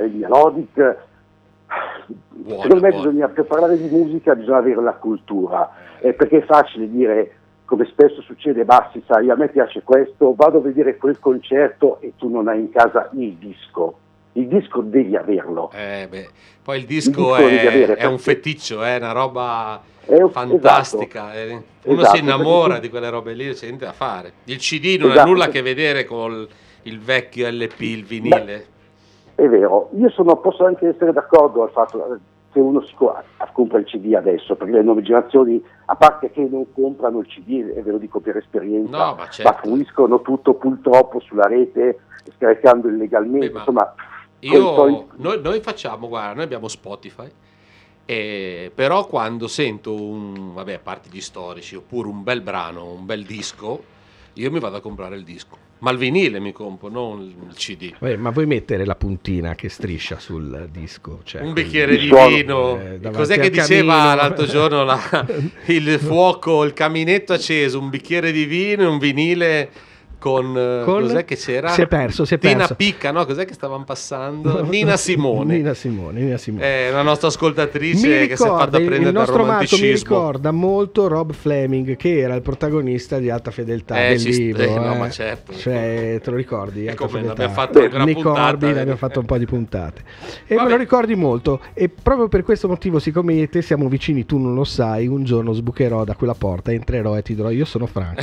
Secondo me per parlare di musica bisogna avere la cultura, perché è facile dire, come spesso succede, basti, sai, a me piace questo, vado a vedere quel concerto e tu non hai in casa il disco. Il disco devi averlo. Poi il disco è un feticcio, è una roba fantastica. Esatto, uno si innamora di quelle robe lì, c'è niente da fare. Il CD non ha nulla a che vedere con il vecchio LP, il vinile. È vero, posso anche essere d'accordo al fatto che uno si compra il CD adesso, perché le nuove generazioni, a parte che non comprano il CD, e ve lo dico per esperienza, ma fruiscono tutto purtroppo sulla rete, scaricando illegalmente, insomma. Noi facciamo, guarda, noi abbiamo Spotify, però quando sento a parte gli storici, oppure un bel brano, un bel disco, io mi vado a comprare il disco. Ma il vinile mi compro, non il CD. Ma vuoi mettere la puntina che striscia sul disco? Cioè, un bicchiere di vino. Cos'è che diceva l'altro giorno il fuoco, il caminetto acceso, un bicchiere di vino e un vinile con cos'è che c'era? Si è perso. Tina Picca, no? Cos'è che stavano passando? Nina Simone. Nina Simone. Una nostra ascoltatrice che si è fatta prendere dal romanticismo. Mi ricorda molto Rob Fleming, che era il protagonista di Alta Fedeltà del libro. No, ma certo. Cioè, te lo ricordi? E come abbiamo fatto anche una puntata. Abbiamo fatto un po' di puntate. E me lo ricordi molto. E proprio per questo motivo, siccome io e te siamo vicini, tu non lo sai, un giorno sbucherò da quella porta, entrerò e ti dirò: io sono Franco.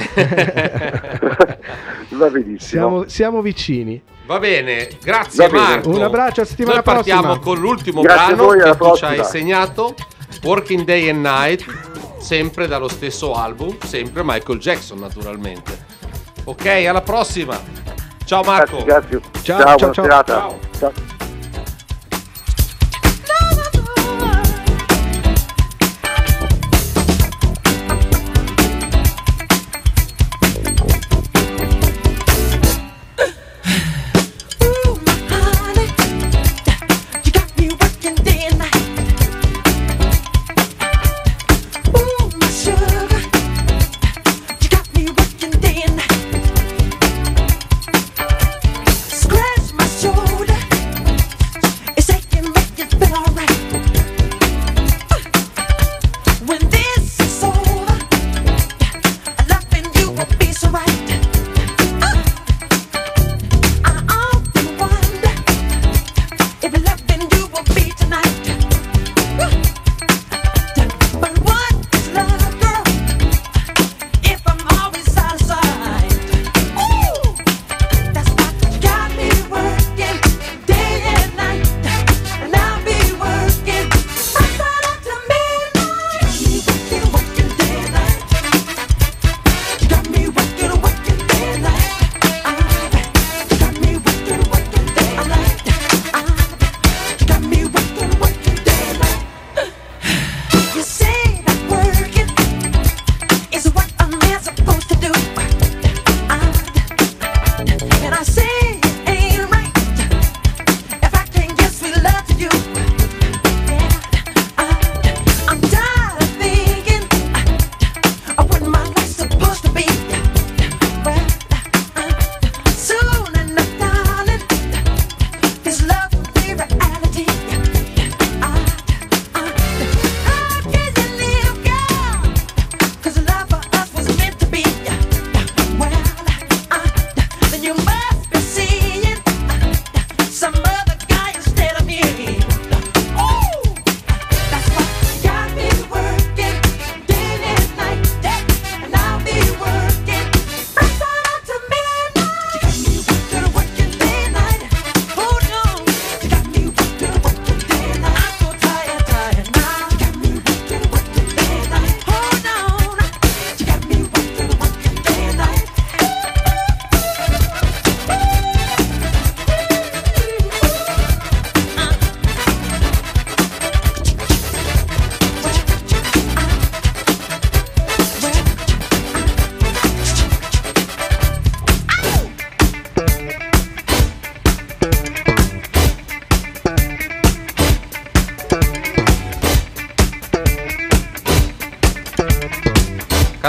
Va benissimo. Siamo vicini. Va bene, grazie Marco. Un abbraccio, a settimana prossima. Noi partiamo con l'ultimo brano che tu ci hai segnato, Working Day and Night, sempre dallo stesso album, sempre Michael Jackson naturalmente. Ok, alla prossima. Ciao Marco. Grazie. Ciao. Buona serata. Ciao. Scratch my shoulder.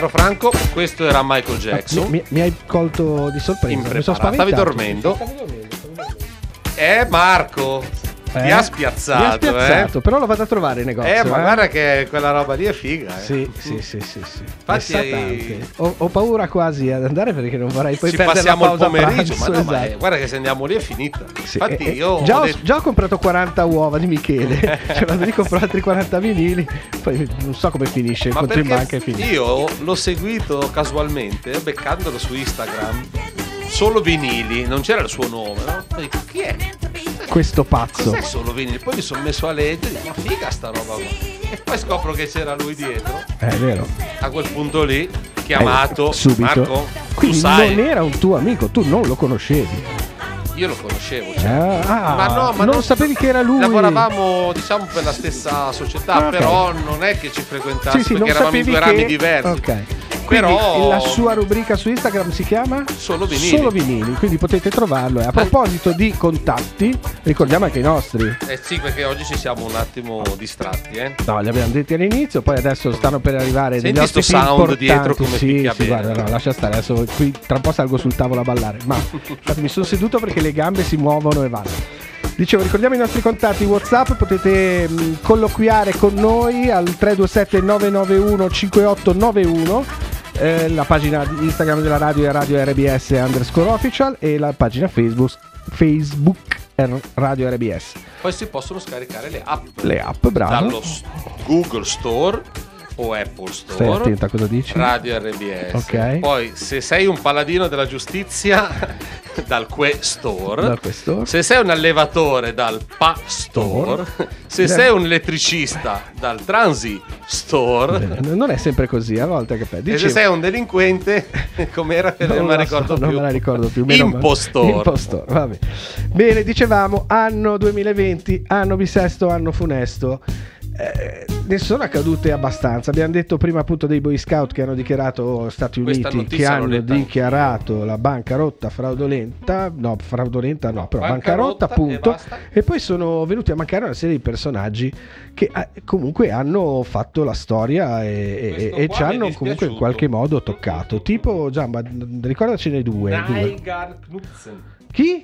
Caro Franco, questo era Michael Jackson. Mi hai colto di sorpresa. Mi sono Stavi spaventato. dormendo. Marco, ti ha spiazzato, Mi ha spiazzato, però lo vado a trovare in negozio. Ma guarda che quella roba lì è figa. Sì. Infatti ho paura quasi ad andare perché non vorrei poi ci perdere la passiamo il pausa pomeriggio. pranzo, esatto. Guarda che se andiamo lì è finita. Sì, Infatti io già ho comprato 40 uova di Michele. Cioè vado lì, compro altri 40 vinili. Poi non so come finisce. Il conto in banca è finito. Io l'ho seguito casualmente, beccandolo su Instagram. Solo vinili, non c'era il suo nome, no? Poi dico, chi è? Questo pazzo. Cos'è solo vinili? Poi mi sono messo a leggere, ma figa sta roba qua. E poi scopro che c'era lui dietro. È vero. A quel punto lì, chiamato subito. Marco, Quindi tu sai. non era un tuo amico, tu non lo conoscevi. Io lo conoscevo, cioè. ma non sapevi che era lui. Lavoravamo, diciamo, per la stessa società, Ok. però non è che ci frequentassi Sì, perché non eravamo in sapevi due rami che- diversi. Ok. Quindi Però la sua rubrica su Instagram si chiama Solo vinili. Solo vinili, quindi potete trovarlo. E a proposito di contatti, ricordiamo anche i nostri. sì, perché oggi ci siamo un attimo distratti, No, li abbiamo detti all'inizio, poi adesso stanno per arrivare Senti degli sto ospiti sound importanti. dietro come picchia sì, bene. guarda, no, lascia stare, adesso qui tra un po' salgo sul tavolo a ballare. Ma infatti mi sono seduto perché le gambe si muovono e vanno. Dicevo, ricordiamo i nostri contatti WhatsApp, potete colloquiare con noi al 327 991 5891. La pagina Instagram della radio è Radio RBS _official e la pagina Facebook Radio RBS. Poi si possono scaricare le app. Le app, bravo. Dallo Google Store o Apple Store. Stai attento a cosa dici. Radio RBS. Ok. Poi se sei un paladino della giustizia dal Store. Se sei un allevatore dal Store. Se sei un elettricista dal Store. Non è sempre così, a volte che E se sei un delinquente, com'era che non me la ricordo più. Non me la ricordo più. Impostor. Vabbè. Bene, dicevamo anno 2020, anno bisesto, anno funesto. Ne sono accadute abbastanza. Abbiamo detto prima appunto dei Boy Scout che hanno dichiarato Stati Questa Uniti, notizia che l'ho hanno letta dichiarato la bancarotta fraudolenta, no, però bancarotta appunto, e poi sono venuti a mancare una serie di personaggi che comunque hanno fatto la storia e ci hanno comunque in qualche modo toccato, tipo Giamba, ricordacene due. Nygaard Knudsen. Chi?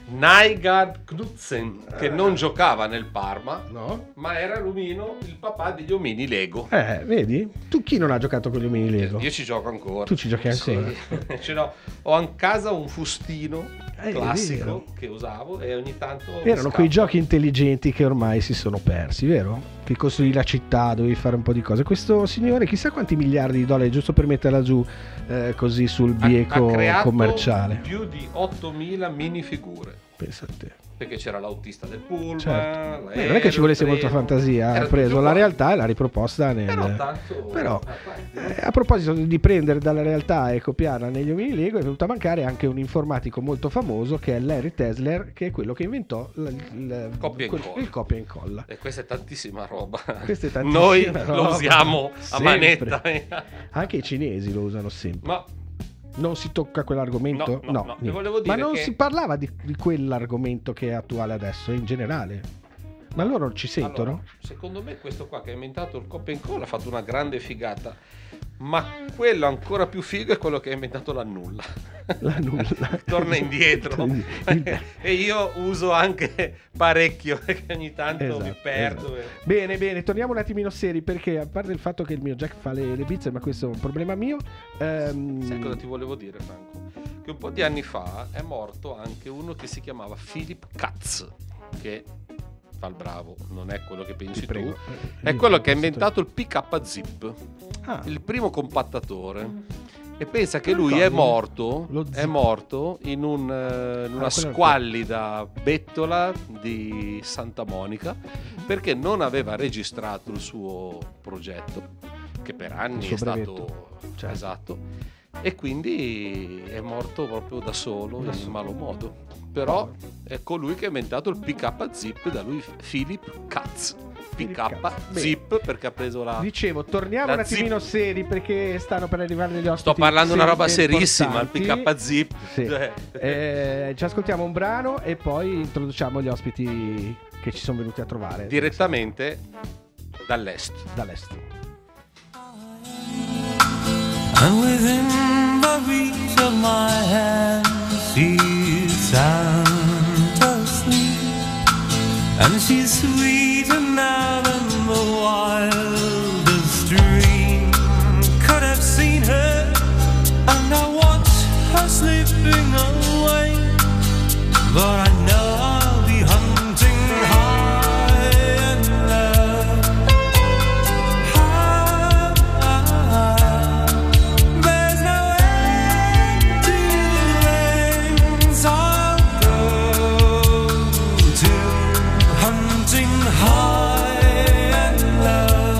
Nygaard Knudsen, che non giocava nel Parma, no, ma era l'omino, il papà degli omini Lego. Vedi? Tu chi non ha giocato con gli omini Lego? Io ci gioco ancora. Tu ci giochi ancora? Sì. Ce l'ho. Ho a casa un fustino classico vero. che usavo e ogni tanto Erano quei giochi intelligenti che ormai si sono persi, vero? Che costruì la città, dovevi fare un po' di cose. Questo signore chissà quanti miliardi di dollari giusto per metterla giù così sul bieco ha creato commerciale. più di 8.000 minifigure. Pensa a te. Perché c'era l'autista del pullman, Certo. Non l'aereo, è che ci volesse il molta treno. fantasia, ha Era preso tutto la qua. realtà e l'ha riproposta nel... Però a proposito di prendere dalla realtà e copiarla negli omini Lego, è venuto a mancare anche un informatico molto famoso che è Larry Tesler, che è quello che inventò il copia e incolla. E questa è tantissima roba. Questa è tantissima Noi roba. lo usiamo a Sempre. manetta. Anche i cinesi lo usano sempre. Ma non si tocca quell'argomento? No, niente. volevo dire Ma non che- si parlava di quell'argomento che è attuale adesso, in generale. Ma loro ci sentono? Allora, secondo me questo qua che ha inventato il copia e incolla ha fatto una grande figata. Ma quello ancora più figo è quello che ha inventato la nulla. La nulla. Torna indietro. E io uso anche parecchio perché ogni tanto mi perdo. Bene, torniamo un attimino seri perché a parte il fatto che il mio Jack fa le bizze, ma questo è un problema mio. Sai cosa ti volevo dire, Franco? Che un po' di anni fa è morto anche uno che si chiamava Philip Katz, che fa il bravo, non è quello che pensi tu, è quello che ha inventato il PK Zip, il primo compattatore. E pensa che lui è morto in una squallida bettola di Santa Monica perché non aveva registrato il suo progetto, che per anni è stato esatto, e quindi è morto proprio da solo in malo modo. Però è colui che ha inventato il PK Zip, da lui Philip Katz. PK Zip, perché ha preso la... Dicevo, torniamo la un attimino seri perché stanno per arrivare degli ospiti. Sto parlando una roba importanti. serissima, il PK Zip. Sì. Ci ascoltiamo un brano e poi introduciamo gli ospiti che ci sono venuti a trovare. Direttamente dall'est. and within the reach of my hand she's sound asleep, and she's sweeter now than the wildest dream could have seen her, and I watch her slipping away, but I know I'll be hunting high and low. There's no end to the lengths I'll go to, hunting high and low.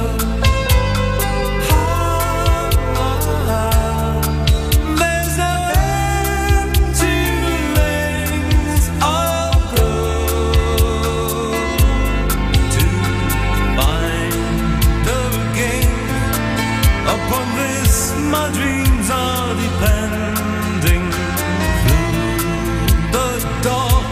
There's no end to the lengths I'll go to find her again. Upon this my dreams are depending. Through the dark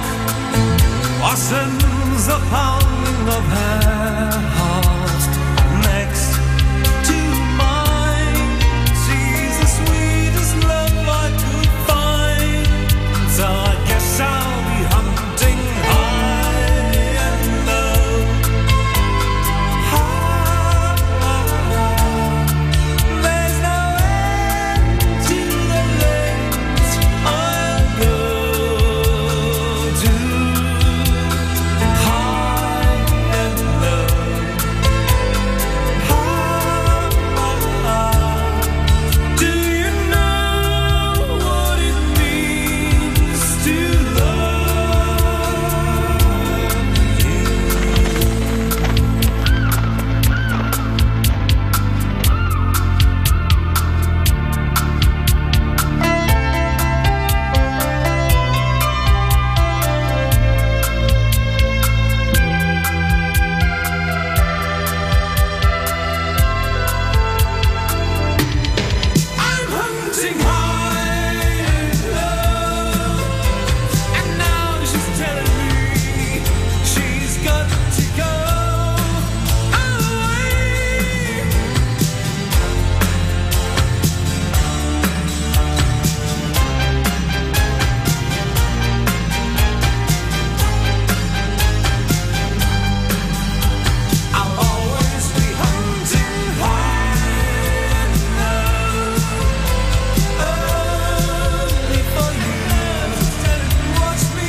washes the pounding of her heart next to mine. She's the sweetest love I could find, so I guess I'll be hunting high and low. There's no end to the lengths I'll go to, high and low. Do you know what it means to love you? I'm hunting high and low, and now she's telling me she's got to go away. I'll always be hunting high and low, only for you. Watch me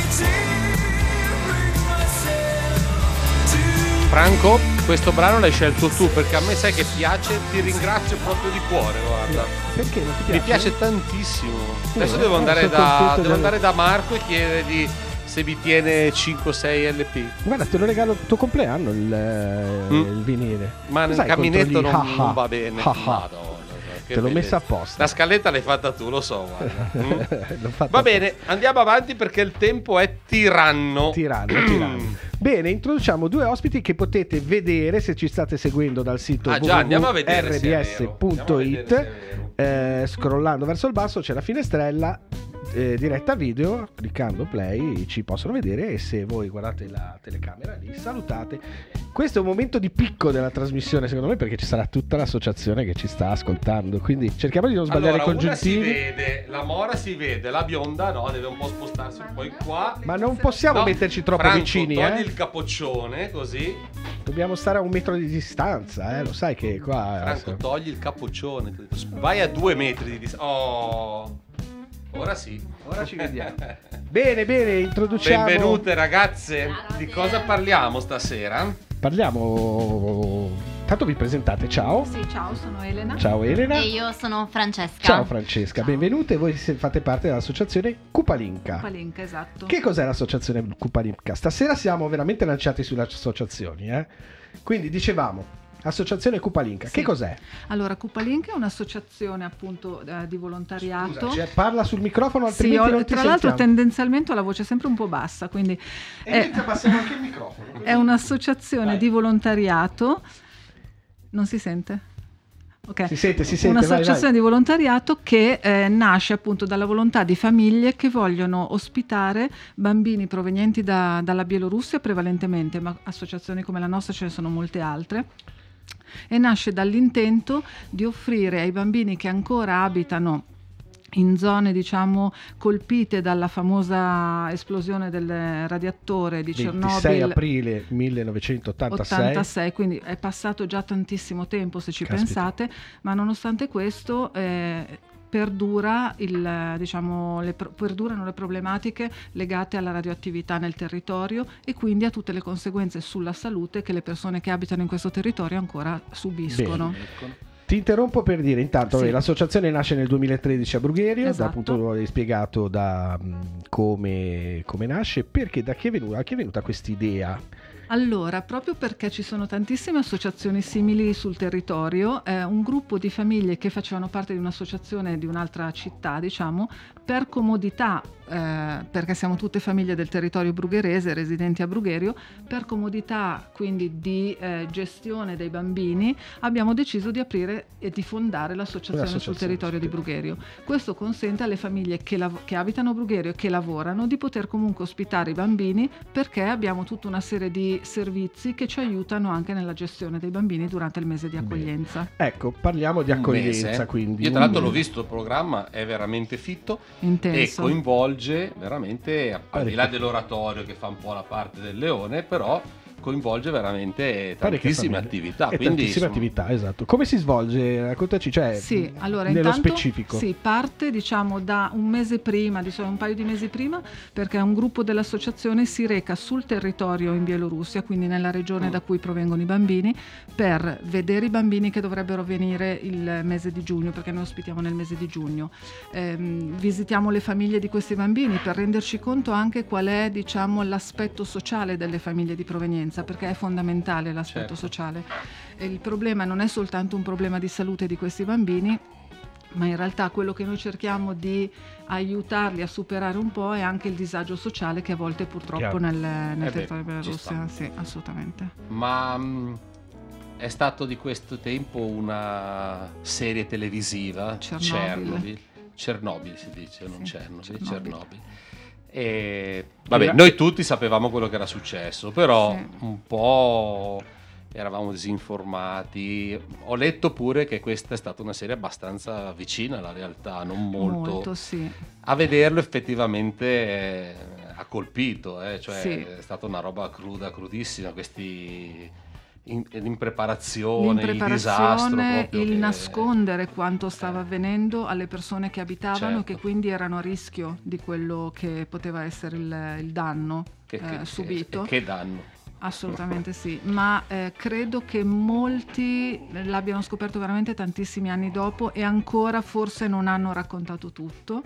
tearing myself to Franco, questo brano l'hai scelto tu perché a me sai che piace, ti ringrazio proprio di cuore, guarda. Perché non ti piace? Mi piace tantissimo. Adesso Bene, devo andare sono contento devo di- andare da Marco e chiedergli se mi tiene 5-6 LP. Guarda, te lo regalo il tuo compleanno il vinile. Ma nel Cos'hai caminetto contro gli non va bene. ah, ah. Madonna, che Te l'ho bellezza. messa apposta. La scaletta l'hai fatta tu, lo so, guarda. L'ho fatta Va apposta. bene, andiamo avanti perché il tempo è tiranno. Tiranno. Bene, introduciamo due ospiti che potete vedere se ci state seguendo dal sito Ah, già, andiamo a vedere se è vero. Andiamo a vedere se è rbs.it. Scrollando verso il basso c'è la finestrella diretta video, cliccando play ci possono vedere, e se voi guardate la telecamera lì salutate. Questo è un momento di picco della trasmissione secondo me, perché ci sarà tutta l'associazione che ci sta ascoltando, quindi cerchiamo di non sbagliare Allora, i congiuntivi. una si vede, la mora si vede, la bionda no, deve un po' spostarsi un po' in qua. Ma non possiamo No, metterci troppo Franco, vicini, togli il capoccione così. Dobbiamo stare a 1 metro di distanza, lo sai che qua Franco, togli il capoccione. Vai a 2 metri di distanza. Oh, ora sì. Ora ci vediamo. Bene, introduciamo. Benvenute ragazze. Di cosa parliamo stasera? Parliamo. Tanto vi presentate, ciao. Sì, ciao, sono Elena. Ciao Elena. E io sono Francesca. Ciao Francesca, benvenute. Voi fate parte dell'associazione Cupalinca. Cupalinca, esatto. Che cos'è l'associazione Cupalinca? Stasera siamo veramente lanciati sulle associazioni, Quindi dicevamo, associazione Cupalinca, Sì. che cos'è? Allora, Cupalinca è un'associazione appunto di volontariato. Scusa, parla sul microfono, Sì, altrimenti non ti tra l'altro sentiamo. tendenzialmente ho la voce sempre un po' bassa, quindi E inizia a passare anche il microfono. così. è un'associazione Vai. di volontariato. Non si sente? Ok. Si sente, Un'associazione vai. di volontariato che nasce appunto dalla volontà di famiglie che vogliono ospitare bambini provenienti dalla Bielorussia prevalentemente, ma associazioni come la nostra ce ne sono molte altre, e nasce dall'intento di offrire ai bambini che ancora abitano in zone diciamo colpite dalla famosa esplosione del radiatore di 26 Chernobyl aprile 1986, quindi è passato già tantissimo tempo se ci Caspita. pensate, ma nonostante questo perdurano le problematiche legate alla radioattività nel territorio e quindi a tutte le conseguenze sulla salute che le persone che abitano in questo territorio ancora subiscono. Ecco. Ti interrompo per dire intanto Sì. l'associazione nasce nel 2013 a Brugherio, Esatto. appunto hai spiegato come nasce, perché da chi è venuta questa idea? Allora, proprio perché ci sono tantissime associazioni simili sul territorio, un gruppo di famiglie che facevano parte di un'associazione di un'altra città, diciamo, per comodità, perché siamo tutte famiglie del territorio brugherese, residenti a Brugherio, per comodità quindi di gestione dei bambini, abbiamo deciso di aprire e di fondare l'associazione sul territorio di Brugherio. Questo consente alle famiglie che abitano a Brugherio e che lavorano di poter comunque ospitare i bambini, perché abbiamo tutta una serie di servizi che ci aiutano anche nella gestione dei bambini durante il mese di accoglienza. Ecco, parliamo di accoglienza, mese. quindi. Io tra l'altro l'ho visto, il programma è veramente fitto Intenso. e coinvolge veramente, al di là dell'oratorio che fa un po' la parte del leone, però coinvolge veramente tantissime attività. E Quindi, tantissime attività, esatto. Come si svolge? Raccontaci, cioè, Sì, allora nello intanto specifico. si parte diciamo da un mese prima, un paio di mesi prima, perché un gruppo dell'associazione si reca sul territorio in Bielorussia, quindi nella regione da cui provengono i bambini, per vedere i bambini che dovrebbero venire il mese di giugno, perché noi ospitiamo nel mese di giugno. Visitiamo le famiglie di questi bambini per renderci conto anche qual è, diciamo, l'aspetto sociale delle famiglie di provenienza, perché è fondamentale l'aspetto sociale. E il problema non è soltanto un problema di salute di questi bambini, ma in realtà quello che noi cerchiamo di aiutarli a superare un po' è anche il disagio sociale che a volte purtroppo nel territorio bielorusso, sì, assolutamente. Ma è stato di questo tempo una serie televisiva, Chernobyl si dice, non Chernobyl. E vabbè, noi tutti sapevamo quello che era successo, però un po' eravamo disinformati. Ho letto pure che questa è stata una serie abbastanza vicina alla realtà, non molto. Sì. A vederlo effettivamente ha colpito, cioè è stata una roba cruda, crudissima, questi l'impreparazione, il disastro, il nascondere quanto stava avvenendo alle persone che abitavano e che quindi erano a rischio di quello che poteva essere il danno subito. Che danno? Assolutamente sì, ma credo che molti l'abbiano scoperto veramente tantissimi anni dopo e ancora forse non hanno raccontato tutto.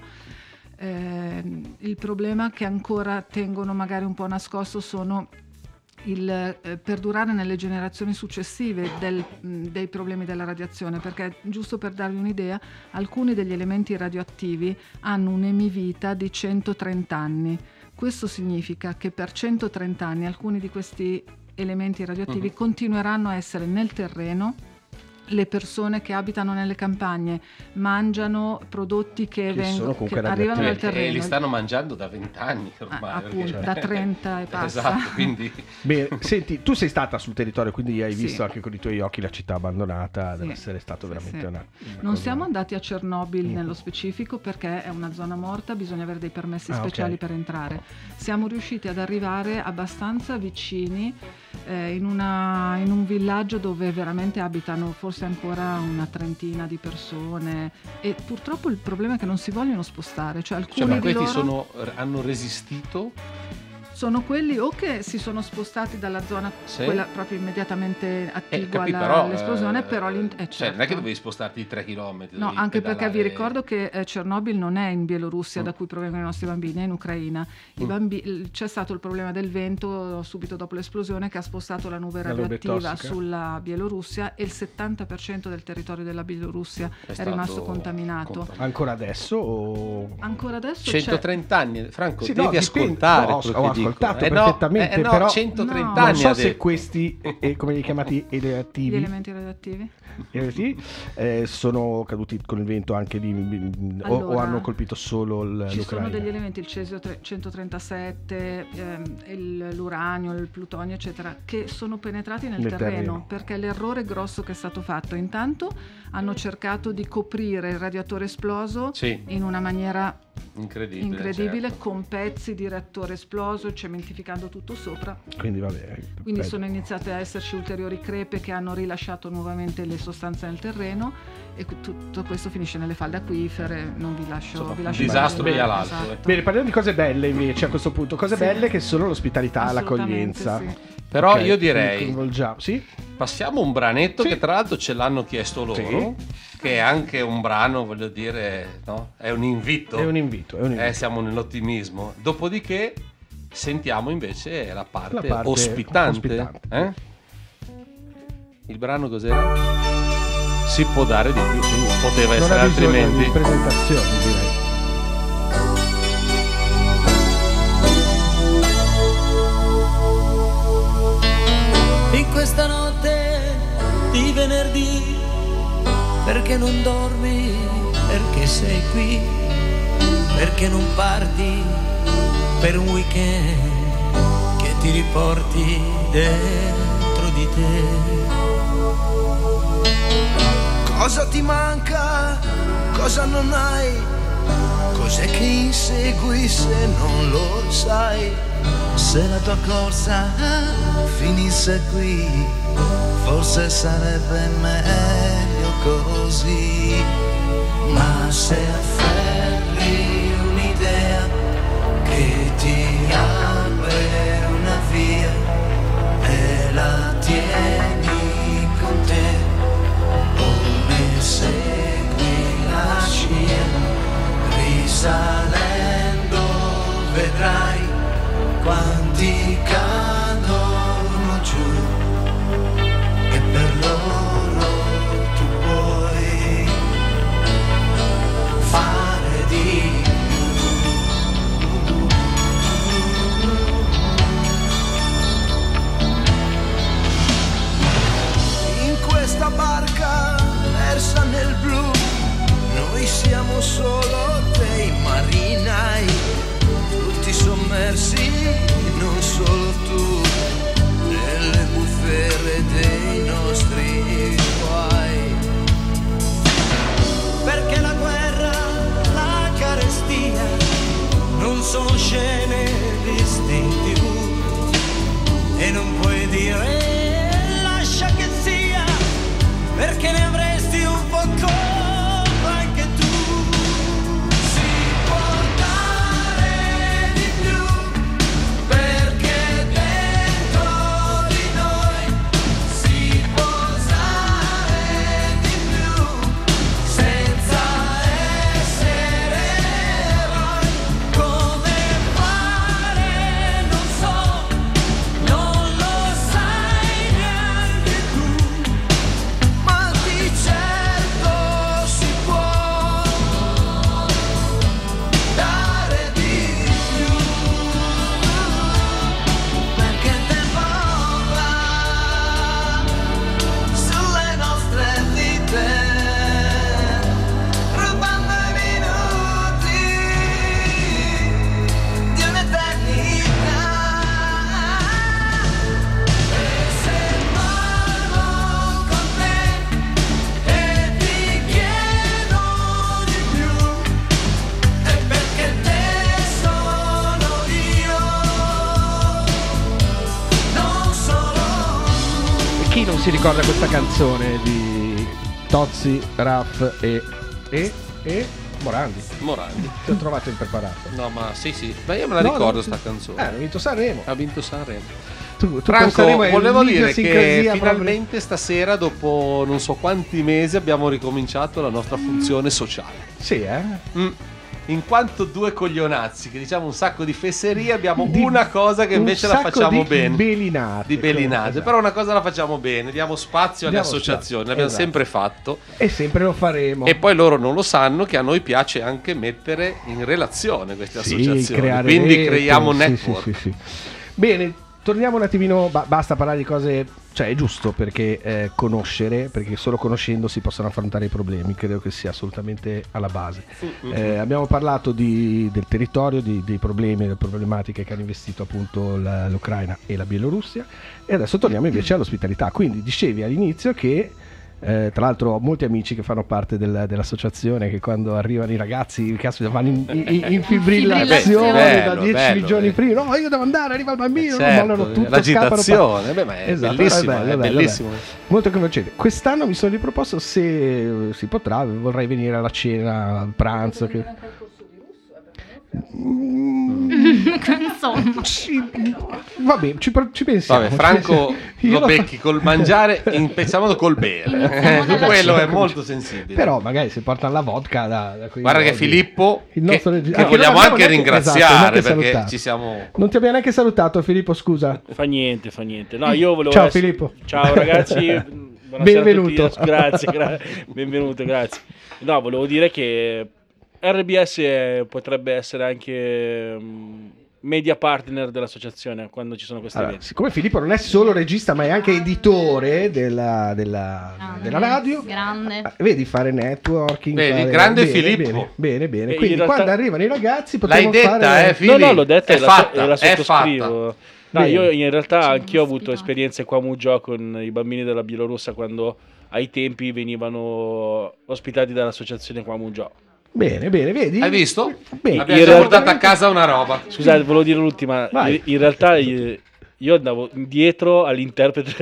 Il problema che ancora tengono magari un po' nascosto sono il perdurare nelle generazioni successive dei problemi della radiazione, perché giusto per darvi un'idea, alcuni degli elementi radioattivi hanno un'emivita di 130 anni. Questo significa che per 130 anni alcuni di questi elementi radioattivi continueranno a essere nel terreno. Le persone che abitano nelle campagne mangiano prodotti che arrivano dal terreno. E li stanno mangiando da 20 anni ormai. Appunto, da 30 e passa. Esatto, quindi... Bene, senti, tu sei stata sul territorio, quindi hai visto anche con i tuoi occhi la città abbandonata, deve essere stato veramente una non siamo andati a Chernobyl nello specifico perché è una zona morta, bisogna avere dei permessi speciali per entrare. Siamo riusciti ad arrivare abbastanza vicini in un villaggio dove veramente abitano forse ancora una trentina di persone e purtroppo il problema è che non si vogliono spostare, cioè alcuni di loro hanno resistito. Sono quelli o che si sono spostati dalla zona quella proprio immediatamente attigua all'esplosione, però cioè non è che dovevi spostarti di 3 km. No, anche perché vi ricordo che Chernobyl non è in Bielorussia da cui provengono i nostri bambini, è in Ucraina. C'è stato il problema del vento subito dopo l'esplosione che ha spostato la nube radioattiva sulla Bielorussia e il 70% del territorio della Bielorussia è rimasto contaminato. Ancora adesso? Ancora adesso 130 anni, Franco, sì, devi ascoltare quello che dico. ascoltato no, perfettamente, no, però 130 non anni so ha se detto. questi, come li chiamati, Gli radioattivi, elementi radioattivi? sono caduti con il vento anche o Allora, hanno colpito solo Ci sono l'Ucraina? degli elementi, il cesio 137, l'uranio, il plutonio, eccetera, che sono penetrati nel terreno, perché l'errore grosso che è stato fatto, intanto hanno cercato di coprire il radiatore esploso Sì. in una maniera Incredibile, certo. con pezzi di reattore esploso, cementificando tutto sopra. Quindi va bene. Quindi sono iniziate a esserci ulteriori crepe che hanno rilasciato nuovamente le sostanze nel terreno, e tutto questo finisce nelle falde acquifere. Non vi lascio, un disastro via l'altro. Esatto. Bene, parliamo di cose belle invece a questo punto. Cose Sì. belle che sono l'ospitalità, Assolutamente, l'accoglienza. sì. Però Ok, io direi coinvolgiamo. Sì? passiamo un branetto Sì. che tra l'altro ce l'hanno chiesto loro, Sì. che è anche un brano, voglio dire, no? È un invito. È un invito. Siamo nell'ottimismo. Dopodiché sentiamo invece la parte parte ospitante. Il brano cos'era? Si può dare di più. Poteva Non essere ha bisogno altrimenti. di presentazioni, direi. In questa notte di venerdì, perché non dormi, perché sei qui, perché non parti per un weekend che ti riporti dentro di te. Cosa ti manca? Cosa non hai? Cos'è che insegui se non lo sai? Se la tua corsa finisse qui, forse sarebbe meglio così. Ma se afferri un'idea che ti apre una via e la tieni con te, come segui la scia, risalendo vedrai quanti cadono giù, e per loro tu puoi fare di più. In questa barca persa nel blu, noi siamo solo dei marinai, tutti sommersi, non solo tu, nelle bufere dei nostri guai. Perché la guerra, la carestia, non sono scene viste in TV, e non puoi dire lascia che sia, perché ne avresti un po' colpa anche tu. Si può dare di più, perché dentro di noi si può usare di più, senza essere eroi. Come fare non so, non lo sai neanche tu, ma di certo si può dare di più, perché il tempo va sulle nostre vite, rubando i minuti di un'eternità. E se parlo con te e ti chiedo di più, è perché te sono io, non solo. E chi non si ricorda questa canzone di Tozzi, Raff e Morandi? Morandi. Ti ho trovato impreparato. No, ma sì, ma io me la No, ricordo no, sta canzone. hanno vinto Sanremo. Ha vinto Sanremo. Tu Franco, Sanremo è volevo dire l'idiosincrasia che proprio. finalmente stasera, dopo non so quanti mesi, abbiamo ricominciato la nostra funzione sociale. Sì, Mm. in quanto due coglionazzi che diciamo un sacco di fesserie, abbiamo una cosa che invece la facciamo bene. Di belinate, esatto. però una cosa la facciamo bene, diamo spazio alle associazioni, l'abbiamo sempre fatto. E sempre lo faremo. E poi loro non lo sanno che a noi piace anche mettere in relazione queste Sì, associazioni, creare quindi rete, creiamo sì, network. sì. Bene, torniamo un attimino, basta parlare di cose, cioè è giusto perché conoscere, perché solo conoscendo si possono affrontare i problemi, credo che sia assolutamente alla base. Abbiamo parlato del territorio, dei problemi, delle problematiche che hanno investito appunto l'Ucraina e la Bielorussia, e adesso torniamo invece all'ospitalità. Quindi dicevi all'inizio che tra l'altro ho molti amici che fanno parte dell'associazione, che quando arrivano i ragazzi vanno in fibrillazione da 10 giorni prima. No, io devo andare, arriva il bambino, mollano tutto, l'agitazione, scappano. ma è bellissimo, è bellissimo. Molto coinvolgente. Quest'anno mi sono riproposto, se si potrà, vorrei venire alla cena, al pranzo. Vabbè, ci pensiamo. Vabbè, Franco lo becchi col mangiare, iniziamo col bere. Quello è molto sensibile. Però magari se portano la vodka da guarda che Filippo, il nostro che vogliamo anche ringraziare, perché ci siamo. Non ti abbiamo neanche salutato, Filippo, scusa. Fa niente. No, io volevo Ciao Filippo. Ciao ragazzi. Benvenuto. A tutti. Grazie. Benvenuto, grazie. No, volevo dire che RBS potrebbe essere anche media partner dell'associazione quando ci sono questi eventi. Siccome Filippo non è solo regista ma è anche editore della radio, grande. Vedi, fare networking. Vedi, grande Filippo. Bene. Quindi quando arrivano i ragazzi potremo l'hai detta, fare... Filippo? No, l'ho detta è fatta, la sottoscrivo. No, io in realtà Ci anch'io ho avuto ospita. esperienze qua a Muggiò con i bambini della Bielorussia quando ai tempi venivano ospitati dall'associazione qua a Muggiò. Bene, vedi? Hai visto? Bene. Abbiamo già portato a casa una roba. Scusate, volevo dire l'ultima. Vai. In realtà io andavo dietro all'interprete.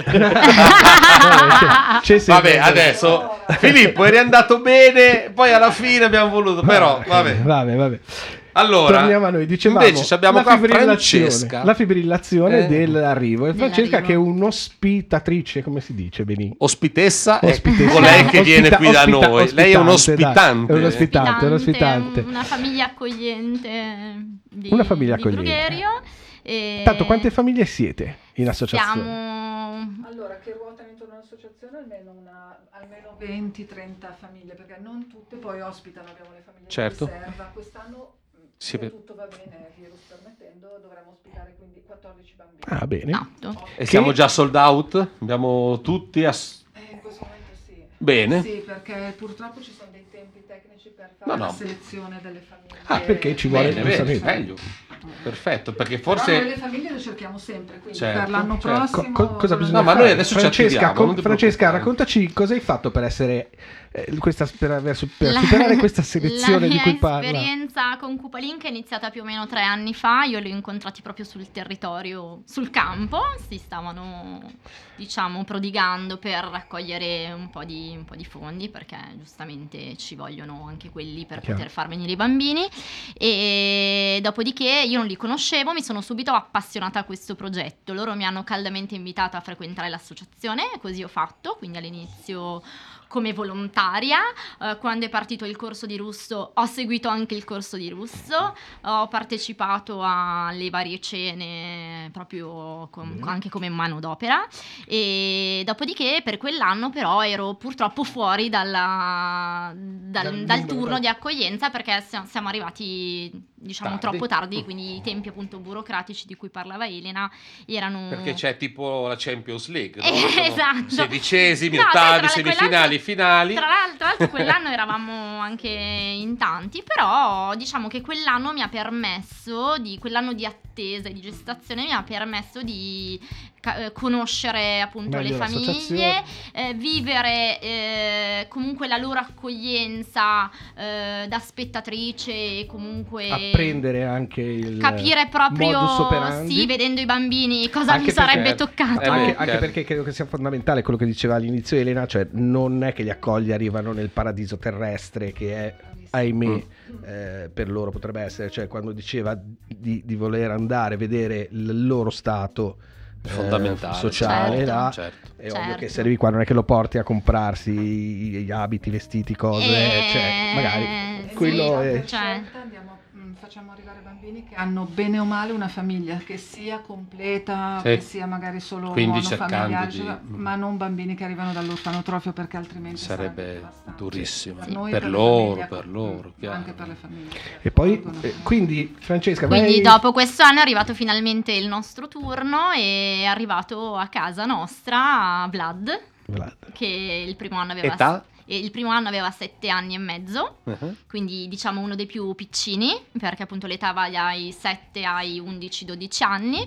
Vabbè, adesso Filippo eri andato bene, poi alla fine abbiamo voluto, però Vabbè. Allora, torniamo a noi, dicevamo invece abbiamo qua Francesca. La fibrillazione dell'arrivo. E Francesca che è un'ospitatrice, come si dice, Beni? Ospitessa, è colei che viene qui da noi. Lei è un ospitante. È un ospitante. Una famiglia accogliente di Una famiglia di accogliente. Brugherio. E Tanto quante famiglie siete in associazione? Allora, che ruotano intorno all'associazione almeno 20-30 famiglie, perché non tutte poi ospitano, abbiamo le famiglie Certo. di riserva. Quest'anno, Sì, se tutto va bene, virus permettendo, dovremo ospitare quindi 14 bambini. Ah, bene. E siamo già sold out? Abbiamo tutti In questo momento sì. Bene. Sì, perché purtroppo ci sono dei tempi tecnici per fare No. la selezione delle famiglie. Ah, perché ci vuole Bene, meglio. Perfetto, perché Però forse noi le famiglie le cerchiamo sempre, quindi Certo, per l'anno certo. prossimo... Cosa bisogna No, ma fare? noi adesso ci attiviamo, non ti Francesca, preoccupare. raccontaci cosa hai fatto per essere per superare questa selezione di cui parla. La mia esperienza con Cupalink è iniziata più o meno 3 anni fa. Io li ho incontrati proprio sul territorio, sul campo. Si stavano, diciamo, prodigando per raccogliere un po' di fondi, perché giustamente ci vogliono anche quelli per Chiaro. poter far venire i bambini. E dopodiché io non li conoscevo, mi sono subito appassionata a questo progetto. Loro mi hanno caldamente invitata a frequentare l'associazione, così ho fatto. Quindi all'inizio come volontaria, quando è partito il corso di russo ho seguito anche il corso di russo, ho partecipato alle varie cene proprio anche come manodopera, e dopodiché per quell'anno però ero purtroppo fuori dal turno di accoglienza, perché siamo arrivati, diciamo, Tardi. troppo tardi, quindi i tempi appunto burocratici di cui parlava Elena erano... perché c'è tipo la Champions League, no? Esatto. Sedicesimi, No, ottavi, tra semifinali, finali. Tra l'altro quell'anno eravamo anche in tanti, però diciamo che quell'anno mi ha permesso, quell'anno di attesa e di gestazione mi ha permesso di conoscere appunto Meglio le famiglie, vivere comunque la loro accoglienza da spettatrice, e comunque apprendere anche il capire proprio, modus operandi. sì, vedendo i bambini cosa Anche mi sarebbe perché- toccato. anche perché credo che sia fondamentale quello che diceva all'inizio Elena, cioè non è che gli accogli arrivano nel paradiso terrestre, che è, ahimè, per loro potrebbe essere, cioè quando diceva di voler andare a vedere il loro stato Fondamentale, sociale, certo, là, certo. è ovvio Certo. che se arrivi qua non è che lo porti a comprarsi gli abiti, i vestiti, cose, cioè magari quello Sì, è... per scelta facciamo arrivare bambini che hanno bene o male una famiglia che sia completa, Sì. che sia magari solo Quindi cercando monofamiliare, di- cioè, ma non bambini che arrivano dall'orfanotrofio, perché altrimenti Sarebbe durissimo. Per noi e Per per la loro, famiglia, per loro, chiaro. anche per le famiglie. E poi, quindi Francesca, Quindi vai... dopo questo anno è arrivato finalmente il nostro turno e è arrivato a casa nostra Vlad, che il primo anno aveva... Età? E il primo anno aveva 7 anni e mezzo, Uh-huh. quindi diciamo uno dei più piccini, perché appunto l'età va dai 7 ai 11-12 anni,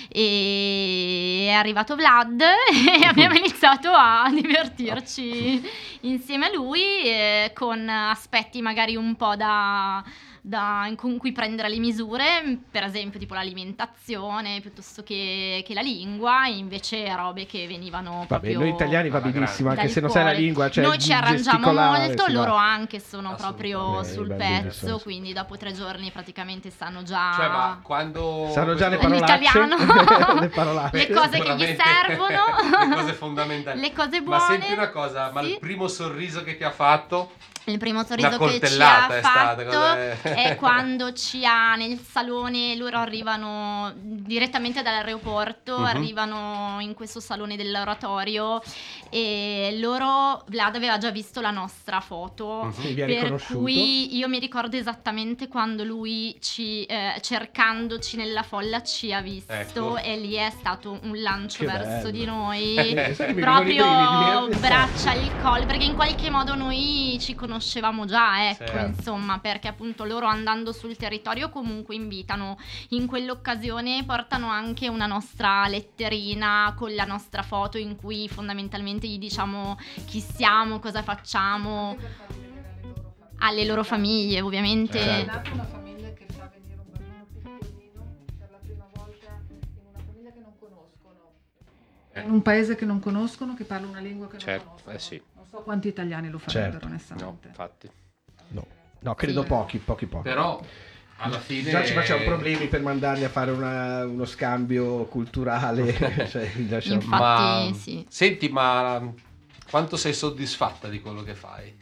e è arrivato Vlad e abbiamo iniziato a divertirci insieme a lui, con aspetti magari un po' con cui prendere le misure, per esempio tipo l'alimentazione piuttosto che la lingua, e invece robe che venivano Vabbè, proprio noi italiani va benissimo, anche dal se non sai la cuore. lingua, cioè Noi ci arrangiamo gesticolare, molto, sì, loro va. anche sono proprio sul bambini pezzo, sono- quindi dopo 3 giorni praticamente sanno già Cioè, ma quando... Sanno già le parolacce, l'italiano, le parolacce. le cose che gli Sicuramente servono, le cose fondamentali. le cose Ma buone. senti una cosa, ma il primo sorriso che ti ha fatto? Il primo Una sorriso che ci ha coltellata è stata, fatto cos'è? è quando ci ha nel salone, loro arrivano direttamente dall'aeroporto, Mhm. arrivano in questo salone dell'oratorio e Vlad aveva già visto la nostra foto, Mhm. Sì, vi ha per riconosciuto. cui io mi ricordo esattamente quando lui cercandoci nella folla ci ha visto, Ecco. e lì è stato un lancio Che verso bello. di noi, Sai, mi proprio vengono i brividi, braccia al collo, perché in qualche modo noi ci conoscevamo già, ecco, Certo. insomma, perché appunto loro andando sul territorio comunque invitano, in quell'occasione portano anche una nostra letterina con la nostra foto in cui fondamentalmente gli diciamo chi siamo, cosa facciamo, alle loro famiglie ovviamente. È nata una famiglia che fa venire un bambino piccolino per la prima volta in una famiglia che non conoscono, in un paese che non conoscono, che parla una lingua che non Certo, conoscono. sì. Non so quanti italiani lo farebbero, Certo. onestamente. No, infatti. No, credo Sì. pochi. Però alla fine Già ci facciamo problemi per mandarli a fare uno scambio culturale. Cioè, già siamo- Infatti, Ma sì. senti, ma quanto sei soddisfatta di quello che fai?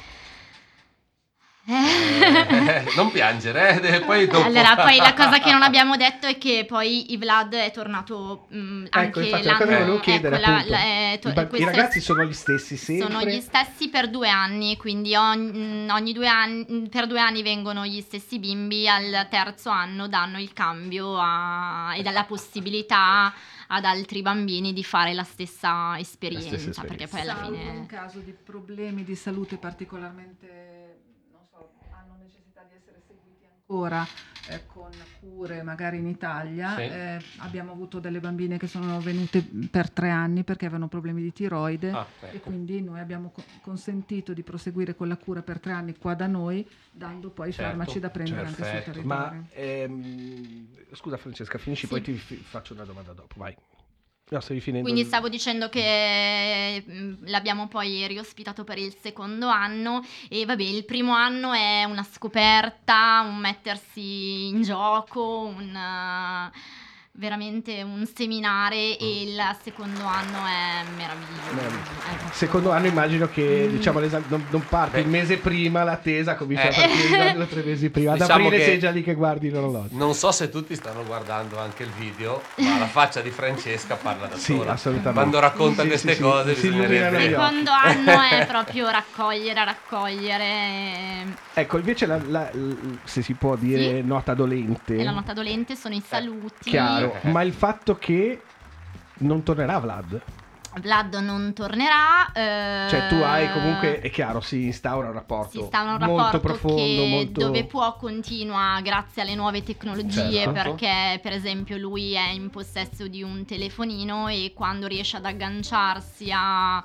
Non piangere, poi dopo... Allora, poi la cosa che non abbiamo detto è che poi Vlad è tornato anche infatti, la cosa che volevo chiedere, appunto. I questa- ragazzi sono gli stessi sempre? sono gli stessi per 2 anni, quindi ogni 2 anni, per 2 anni vengono gli stessi bimbi, al terzo anno danno il cambio e dà la possibilità ad altri bambini di fare la stessa esperienza, perché poi alla Salvo fine... in caso di problemi di salute particolarmente, non so, hanno necessità di essere seguiti ancora con cure magari in Italia. Sì. Abbiamo avuto delle bambine che sono venute per 3 anni perché avevano problemi di tiroide, ecco. e quindi noi abbiamo consentito di proseguire con la cura per 3 anni qua da noi, dando poi i Certo, farmaci da prendere anche sul perfetto. territorio. Ma scusa Francesca, finisci, Sì. poi ti faccio una domanda dopo, vai. No, stavi finendo. Quindi stavo dicendo che l'abbiamo poi riospitato per il secondo anno, e vabbè, il primo anno è una scoperta, un mettersi in gioco, veramente un seminare, e il secondo anno è meraviglioso. Secondo anno immagino che diciamo l'esame non parte il mese prima, l'attesa comincia a partire già 2 o 3 mesi prima. Ad Diciamo aprile che- sei già lì che guardi l'orologio. Non so se tutti stanno guardando anche il video, ma la faccia di Francesca parla da Sì, sola. assolutamente. Quando racconta Sì, queste sì, cose sì, si illuminano bisognerebbe... gli Il occhi. secondo anno è proprio raccogliere. Ecco, invece se si può dire Sì. nota dolente. E la nota dolente sono i saluti. Chiaro, ma il fatto che non tornerà Vlad. Vlad non tornerà. Cioè tu hai comunque, è chiaro, si instaura un rapporto Si sta in un molto rapporto profondo, che molto... dove può continua grazie alle nuove tecnologie, Certo. perché per esempio lui è in possesso di un telefonino, e quando riesce ad agganciarsi a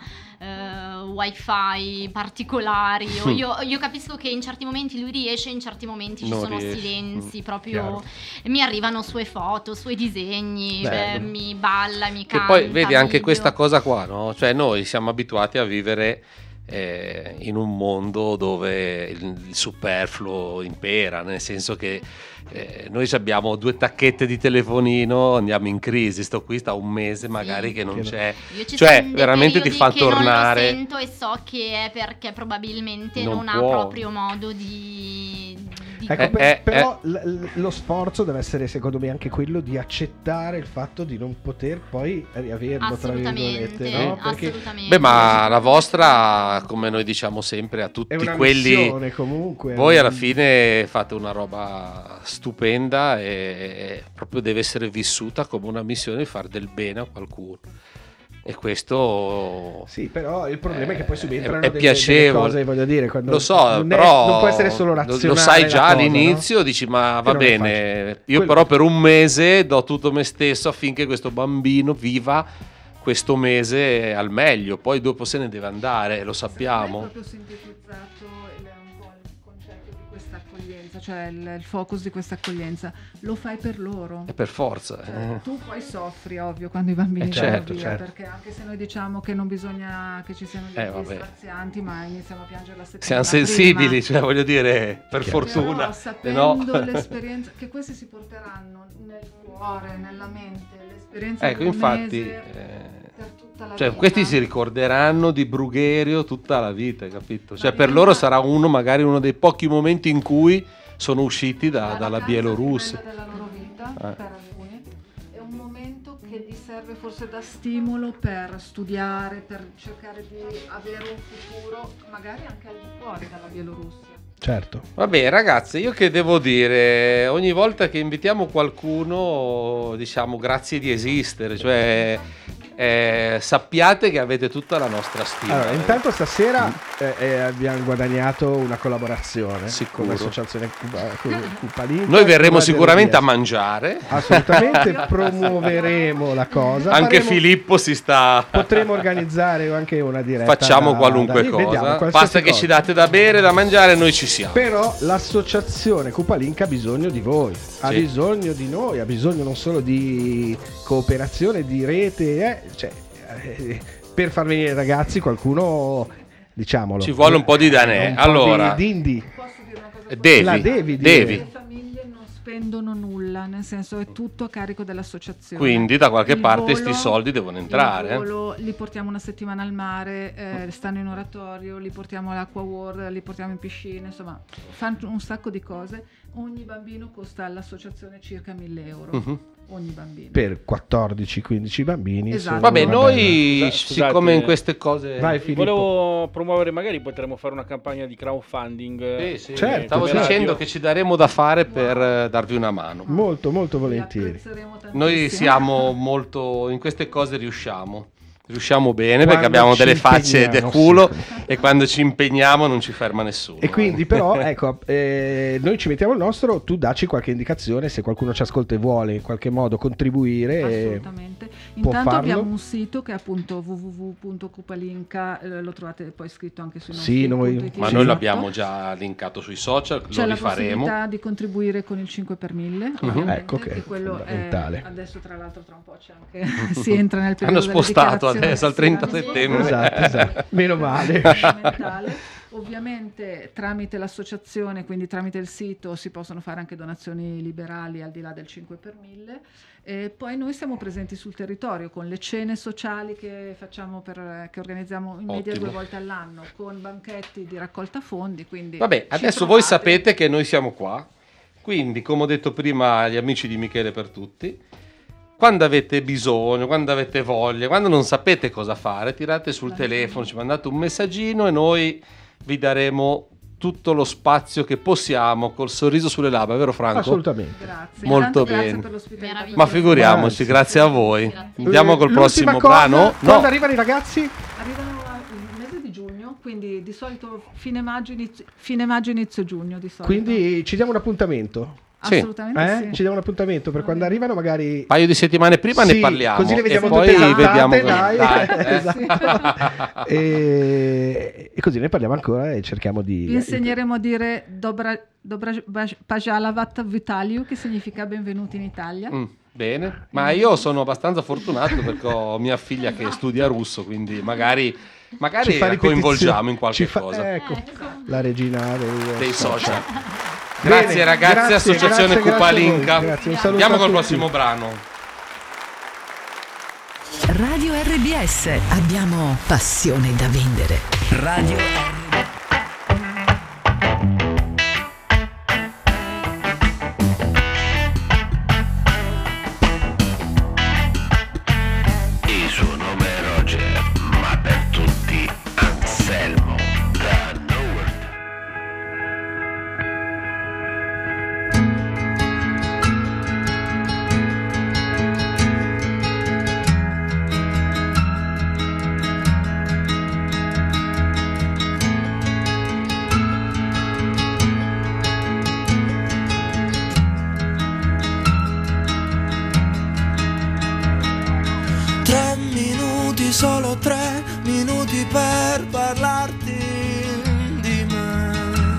wifi particolari, io capisco che in certi momenti lui riesce, in certi momenti ci Non sono riesce. silenzi proprio, Chiaro. mi arrivano sue foto, suoi disegni, Bello. mi balla, mi Che canta, poi vedi anche video. questa cosa qua, no? Cioè noi siamo abituati a vivere in un mondo dove il superfluo impera, nel senso che noi abbiamo 2 tacchette di telefonino, andiamo in crisi, sto qui sta un mese magari che non c'è, Io ci cioè sono dei veramente ti periodi fa che non tornare. lo sento e so che è perché probabilmente Non non ha può. proprio modo di Ecco, però lo sforzo deve essere secondo me anche quello di accettare il fatto di non poter poi riaverlo, tra virgolette, no? Perché Beh, ma la vostra, come noi diciamo sempre a tutti è una quelli, missione comunque. voi alla fine fate una roba stupenda e proprio deve essere vissuta come una missione di fare del bene a qualcuno. E questo sì, però il problema è che poi subentrano è delle piacevole, cose, voglio dire, quando lo so, non però non può essere solo razionale lo sai già la cosa, all'inizio, no? dici ma Che va non è bene, facile. io Quello- però per un mese do tutto me stesso affinché questo bambino viva questo mese al meglio, poi dopo se ne deve andare, lo È sappiamo. proprio sintetizzato un po' il concetto di questa accoglienza, cioè il focus di questa accoglienza. Lo fai per loro. E per forza. Cioè, tu poi soffri, ovvio, quando i bambini Certo, vanno via, certo. perché anche se noi diciamo che non bisogna che ci siano degli Vabbè. strazianti, ma iniziamo a piangere la Siamo settimana sensibili, prima. cioè voglio dire, per Però fortuna. sapendo no. l'esperienza che questi si porteranno nel cuore, nella mente, l'esperienza Ecco, di un infatti, mese per tutta la cioè, vita. questi si ricorderanno di Brugherio tutta la vita, capito? Cioè, per diventa- loro sarà magari uno dei pochi momenti in cui sono usciti dalla Bielorussia. della loro vita Eh. per alcuni è un momento che gli serve forse da stimolo per studiare, per cercare di avere un futuro magari anche al di fuori dalla Bielorussia. Certo. Vabbè, ragazzi, io che devo dire, ogni volta che invitiamo qualcuno, diciamo grazie di esistere, cioè sappiate che avete tutta la nostra stima. Allora, intanto stasera abbiamo guadagnato una collaborazione Sicuro. con l'associazione Cupalinca. Noi verremo con sicuramente a RBS. mangiare. Assolutamente, promuoveremo la cosa. Anche Faremo- Filippo si sta... Potremo organizzare anche una diretta. Facciamo da- qualunque da lì, vediamo, cosa. qualsiasi Basta che cosa. ci date da bere, da mangiare, noi ci siamo. Però l'associazione Cupalinca ha bisogno di voi, ha Sì. bisogno di noi, ha bisogno non solo di cooperazione, di rete, per far venire i ragazzi qualcuno, diciamolo. Ci vuole un po' di danè. Un po' Allora, di indie. devi, La devi dire. devi. Le famiglie non spendono nulla, nel senso è tutto a carico dell'associazione. Quindi da qualche Il parte volo- sti soldi devono entrare. Il volo, li portiamo una settimana al mare, stanno in oratorio, li portiamo all'Aqua World, li portiamo in piscina, insomma, fanno un sacco di cose. Ogni bambino costa all'associazione circa 1.000 euro. Mhm. Ogni bambino. Per 14-15 bambini. Esatto. sono Vabbè, una noi bella- siccome in queste cose... Vai, Filippo. Volevo promuovere, magari potremmo fare una campagna di crowdfunding. Sì, Certo, stavo certo. dicendo che ci daremo da fare per darvi una mano. Molto, molto volentieri. Noi siamo molto... in queste cose riusciamo bene Quando perché abbiamo ci delle facce da impegniamo, culo sì. e quando ci impegniamo non ci ferma nessuno. E quindi però ecco, noi ci mettiamo il nostro, tu dacci qualche indicazione se qualcuno ci ascolta e vuole in qualche modo contribuire. Assolutamente. può Intanto farlo. abbiamo un sito che è appunto www.cupalinca, lo trovate poi scritto anche sui nostri Sì, noi- punti Ma di noi contatto. l'abbiamo già linkato sui social, C'è lo la rifaremo. possibilità di contribuire con il 5 per 1000, Mhm. ovviamente, Ecco che che quello è, fondamentale. adesso tra l'altro tra un po' c'è anche si entra nel periodo Hanno delle spostato dichiarazioni adesso al 30 fiscali. settembre. Esatto. Meno male. Fondamentale. Ovviamente tramite l'associazione, quindi tramite il sito, si possono fare anche donazioni liberali al di là del 5 per 1000. E poi noi siamo presenti sul territorio con le cene sociali che facciamo che organizziamo in media Ottimo. 2 volte all'anno, con banchetti di raccolta fondi. Quindi Vabbè, ci adesso trovate. voi sapete che noi siamo qua, quindi come ho detto prima agli amici di Michele per tutti, quando avete bisogno, quando avete voglia, quando non sapete cosa fare, tirate sul telefono, ci mandate un messaggino e noi vi daremo tutto lo spazio che possiamo col sorriso sulle labbra, vero Franco? Assolutamente. Grazie. Molto Intanto grazie bene. per l'ospitalità. Ma figuriamoci, grazie a voi. Andiamo col L'ultima prossimo cosa, brano. Quando No, arrivano i ragazzi? Arrivano il mese di giugno, quindi di solito fine maggio, inizio giugno di solito. Quindi ci diamo un appuntamento. Sì. Assolutamente sì. Ci diamo un appuntamento per quando arrivano magari... un paio di settimane prima ne Sì, parliamo così le vediamo e poi tutte esaltate, vediamo dai. Dai, Esatto. e così ne parliamo ancora e cerchiamo di... Vi insegneremo a dire Dobra Pajalavat Vitaliu, che significa benvenuti in Italia. Bene, ma io sono abbastanza fortunato perché ho mia figlia che studia russo, quindi magari Ci la fa ripetizioni. coinvolgiamo in qualche Ci fa- cosa. Ecco, la regina dei social. Bene, Grazie ragazzi, grazie, Associazione grazie, Cupalinca. grazie a voi, grazie, un saluto Andiamo a col tutti. prossimo brano. Radio RBS. Abbiamo passione da vendere. Radio Il suo nome è Roger, ma per tutti Anselmo da Nowhere. Solo 3 minuti per parlarti di me.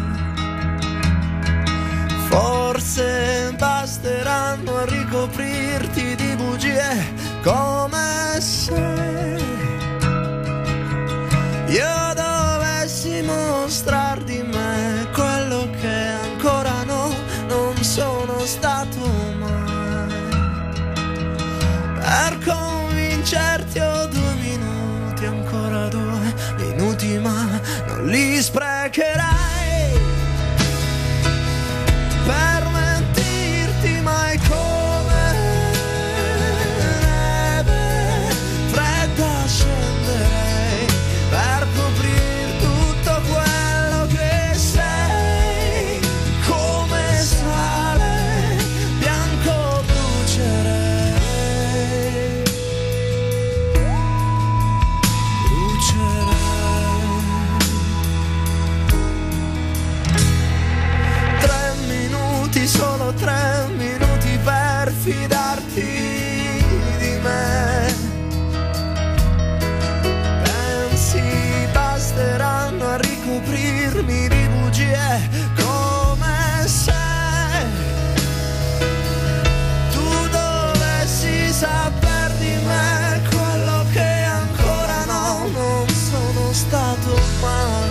Forse basteranno a ricoprirti di bugie come se io dovessi mostrar di me quello che ancora no, non sono stato mai. Per convincerti ho 2 minuti, ancora 2 minuti, ma non li sprecherai per mentirti mai come neve fredda scenderei per coprir tutto quello che sei, come sale bianco brucerei. Solo 3 minuti per fidarti di me. Pensi basteranno a ricoprirmi di bugie come se tu dovessi saper di me quello che ancora no, non sono stato mai.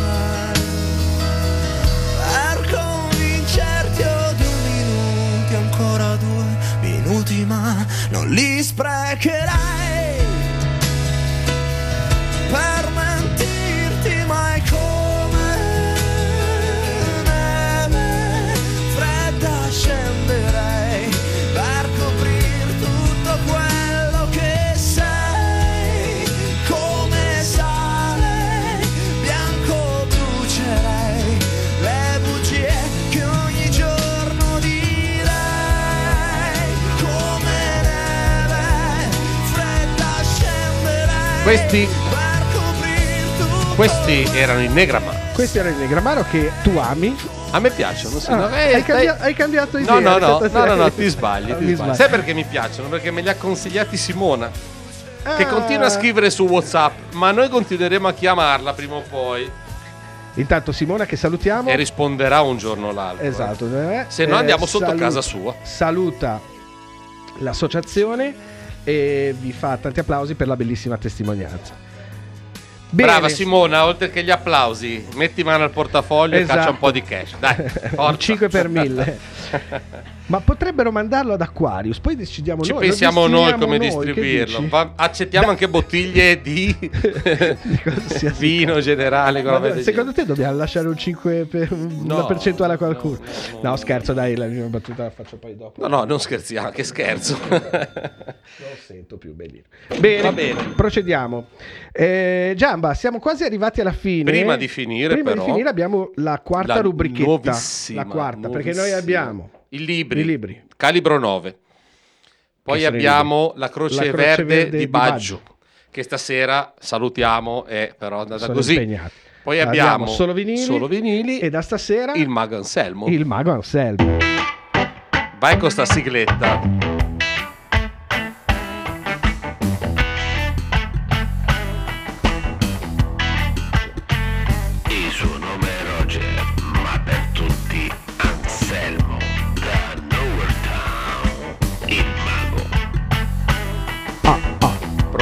Ancora 2 minuti, ma non li sprecherai per mentirti mai come neve fredda scenderei per coprir tutto quello che sei, come sale bianco brucerei le bugie che ogni giorno di Questi erano i Negramaro. Questi erano i Negramaro che tu ami. A me piacciono, sì. Hai cambiato idea. No, ti sbagli. Sai perché mi piacciono? Perché me li ha consigliati Simona, che continua a scrivere su WhatsApp, ma noi continueremo a chiamarla prima o poi. Intanto Simona, che salutiamo, e risponderà un giorno o l'altro. Esatto. Se no andiamo sotto casa sua. Saluta l'associazione e vi fa tanti applausi per la bellissima testimonianza. Bene. Brava Simona, oltre che gli applausi, metti mano al portafoglio e caccia un po' di cash. Dai, forza. 5 per 1000. Ma potrebbero mandarlo ad Aquarius, poi decidiamo Ci noi. pensiamo noi come che distribuirlo. dici? Accettiamo anche bottiglie di vino generale. Ma secondo te dobbiamo lasciare un 5 per una percentuale a qualcuno? No, scherzo, dai, la mia battuta la faccio poi dopo. No, non scherziamo, che scherzo. Non sento più bellino. Bene, va bene, procediamo. Giamba, siamo quasi arrivati alla fine. Prima di finire abbiamo la quarta rubrichetta. Nuovissima, la quarta, perché noi abbiamo i libri. Calibro 9. Poi abbiamo la Croce Verde di Baggio, che stasera salutiamo, però è andata sono così. Impegnati. Poi abbiamo solo vinili e da stasera il Mago Anselmo. Vai con sta sigletta. Il suo nome è Roger, ma per tutti Anselmo da Nowhere Town, il mago.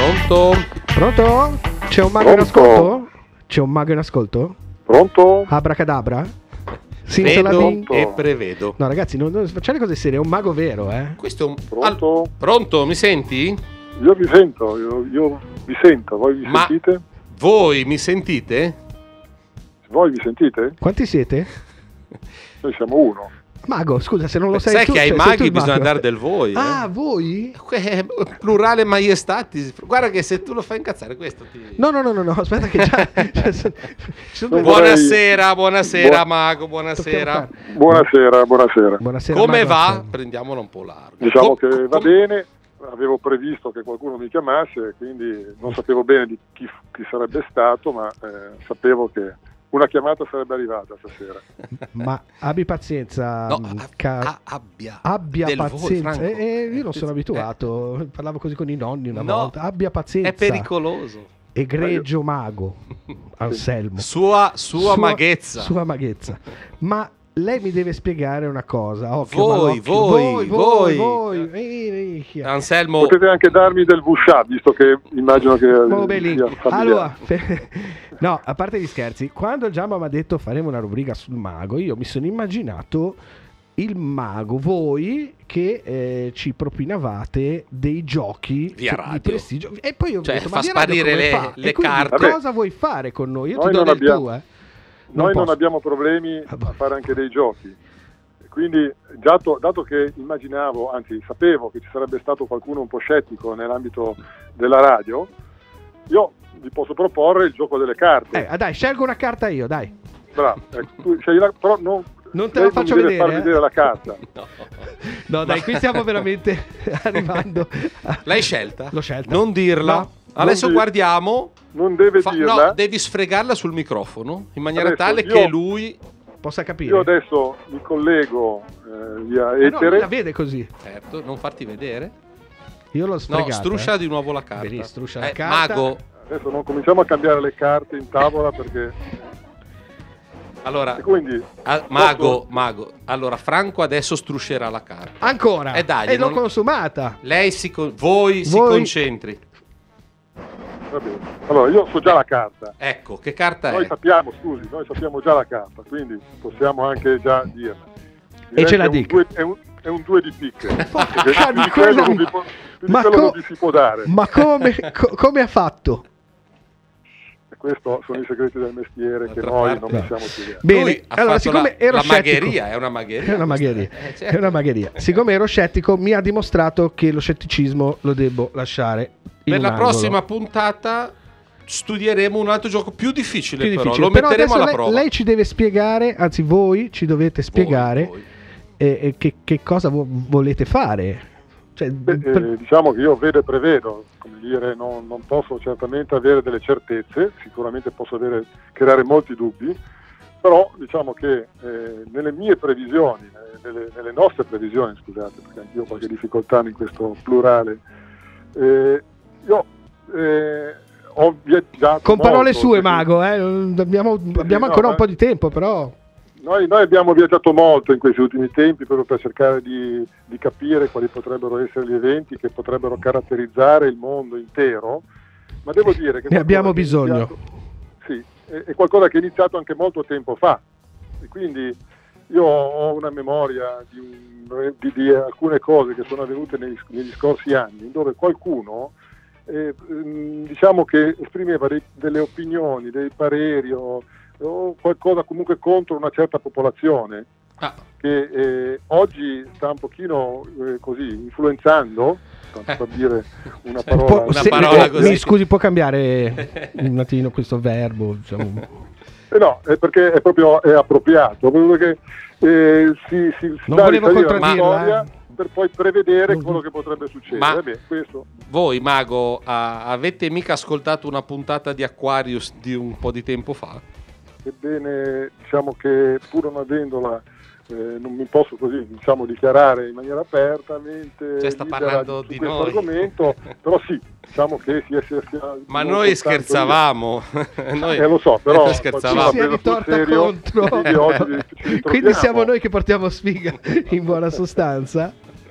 Pronto? C'è un mago in ascolto? C'è un mago in ascolto? Pronto? Abracadabra? Vedo e prevedo. No ragazzi, non facciamo le cose serie, è un mago vero, Questo è un... Pronto? Pronto, mi senti? Io vi sento, io vi sento, voi vi sentite? Voi mi sentite? Voi vi sentite? Quanti siete? Noi siamo uno. Mago, scusa, se non lo sai Sai tu, che ai sei tu maghi il bisogna mago. dare del voi. Ah, voi? Plurale maiestatis. Guarda che se tu lo fai incazzare questo ti... No, aspetta che già... Buonasera mago, buonasera. Buonasera. Come va? Prendiamolo un po' largo. Diciamo che va bene, avevo previsto che qualcuno mi chiamasse, quindi non sapevo bene di chi sarebbe stato, ma sapevo che una chiamata sarebbe arrivata stasera. Ma abbi pazienza. Abbia del pazienza. voi, Franco. Io non sono abituato. Parlavo così con i nonni una volta. Abbia pazienza. È pericoloso. Egregio mago Anselmo. Sua maghezza. Sua maghezza. Ma lei mi deve spiegare una cosa. Voi. Anselmo. Potete anche darmi del Vuscià, visto che immagino che sia familiare. Allora, no, a parte gli scherzi, quando Giamma mi ha detto faremo una rubrica sul mago, io mi sono immaginato il mago, voi che ci propinavate dei giochi Via di radio. prestigio, e poi ho detto, fa ma via radio sparire come le fa? E quindi carte. cosa vuoi fare con noi? Io Noi ti do non del abbiamo- tuo, Noi non posso. abbiamo problemi a fare anche dei giochi. Quindi, dato che immaginavo, anzi sapevo che ci sarebbe stato qualcuno un po' scettico nell'ambito della radio, io vi posso proporre il gioco delle carte. Dai, scelgo una carta io, dai. Bravo, tu scegli però non te la faccio vedere, far vedere la carta. No, dai, qui stiamo veramente arrivando. L'hai scelta? L'ho scelta. Non dirla. No. Adesso guardiamo. Non deve dirla. No, devi sfregarla sul microfono in maniera Adesso tale io- che lui possa capire. Io adesso mi collego via No, etere. lui la vede così. Certo, non farti vedere. Io l'ho sfregata. No, struscia di nuovo la carta. Vedi, struscia la carta. Mago. Adesso non cominciamo a cambiare le carte in tavola perché... Allora, E quindi, mago. Allora, Franco adesso struscerà la carta. Ancora. Dai, E l'ho consumata. Lei voi si concentri. va bene. Allora, io so già la carta. Ecco, che carta Noi è? sappiamo già la carta, quindi possiamo anche già dirla. Direi ce la che dica. è un 2 di picche. di quello quella- non vi non vi si può dare. Ma come ha fatto? E questo sono i segreti del mestiere che noi non possiamo spiegare. Bene, Lui ha allora fatto siccome ero la scettico, magheria, è una magheria. È una magheria. certo. È una magheria. Siccome ero scettico, mi ha dimostrato che lo scetticismo lo devo lasciare in Per un la angolo. prossima puntata studieremo un altro gioco più difficile, Più però difficile. lo Però metteremo adesso alla prova. lei ci deve spiegare, anzi voi ci dovete spiegare che cosa volete fare. Cioè, Diciamo che io vedo e prevedo, come dire, non posso certamente avere delle certezze, sicuramente posso creare molti dubbi, però diciamo che nelle mie previsioni, nelle nostre previsioni, scusate, perché anch'io ho qualche difficoltà in questo plurale, io ho viaggiato con parole molto, sue, perché- Mago, abbiamo no, ancora un ma- po' di tempo, però. Noi abbiamo viaggiato molto in questi ultimi tempi proprio per cercare di capire quali potrebbero essere gli eventi che potrebbero caratterizzare il mondo intero, ma devo dire che Ne abbiamo qualcosa che è bisogno. iniziato- è qualcosa che è iniziato anche molto tempo fa, e quindi io ho una memoria di alcune cose che sono avvenute negli scorsi anni, dove qualcuno diciamo che esprimeva delle opinioni, dei pareri o qualcosa comunque contro una certa popolazione che oggi sta un pochino così influenzando, tanto per dire una parola, Mi scusi, può cambiare un attimo questo verbo? Diciamo. no, è perché è proprio appropriato, proprio perché si Non dà volevo risalire alla contraddirla, storia per poi prevedere quello che potrebbe succedere. Ma- Vabbè, questo Voi, Mago, avete mica ascoltato una puntata di Aquarius di un po' di tempo fa? Ebbene, diciamo che pur non avendola, non mi posso così dichiarare in maniera apertamente Cioè, sta libera parlando su di questo noi. argomento, però sì, diciamo che Ma noi scherzavamo. Noi lo so, però scherzavamo. Ci si è ritorta contro. quindi oggi ci ritroviamo. Quindi siamo noi che portiamo sfiga in buona sostanza.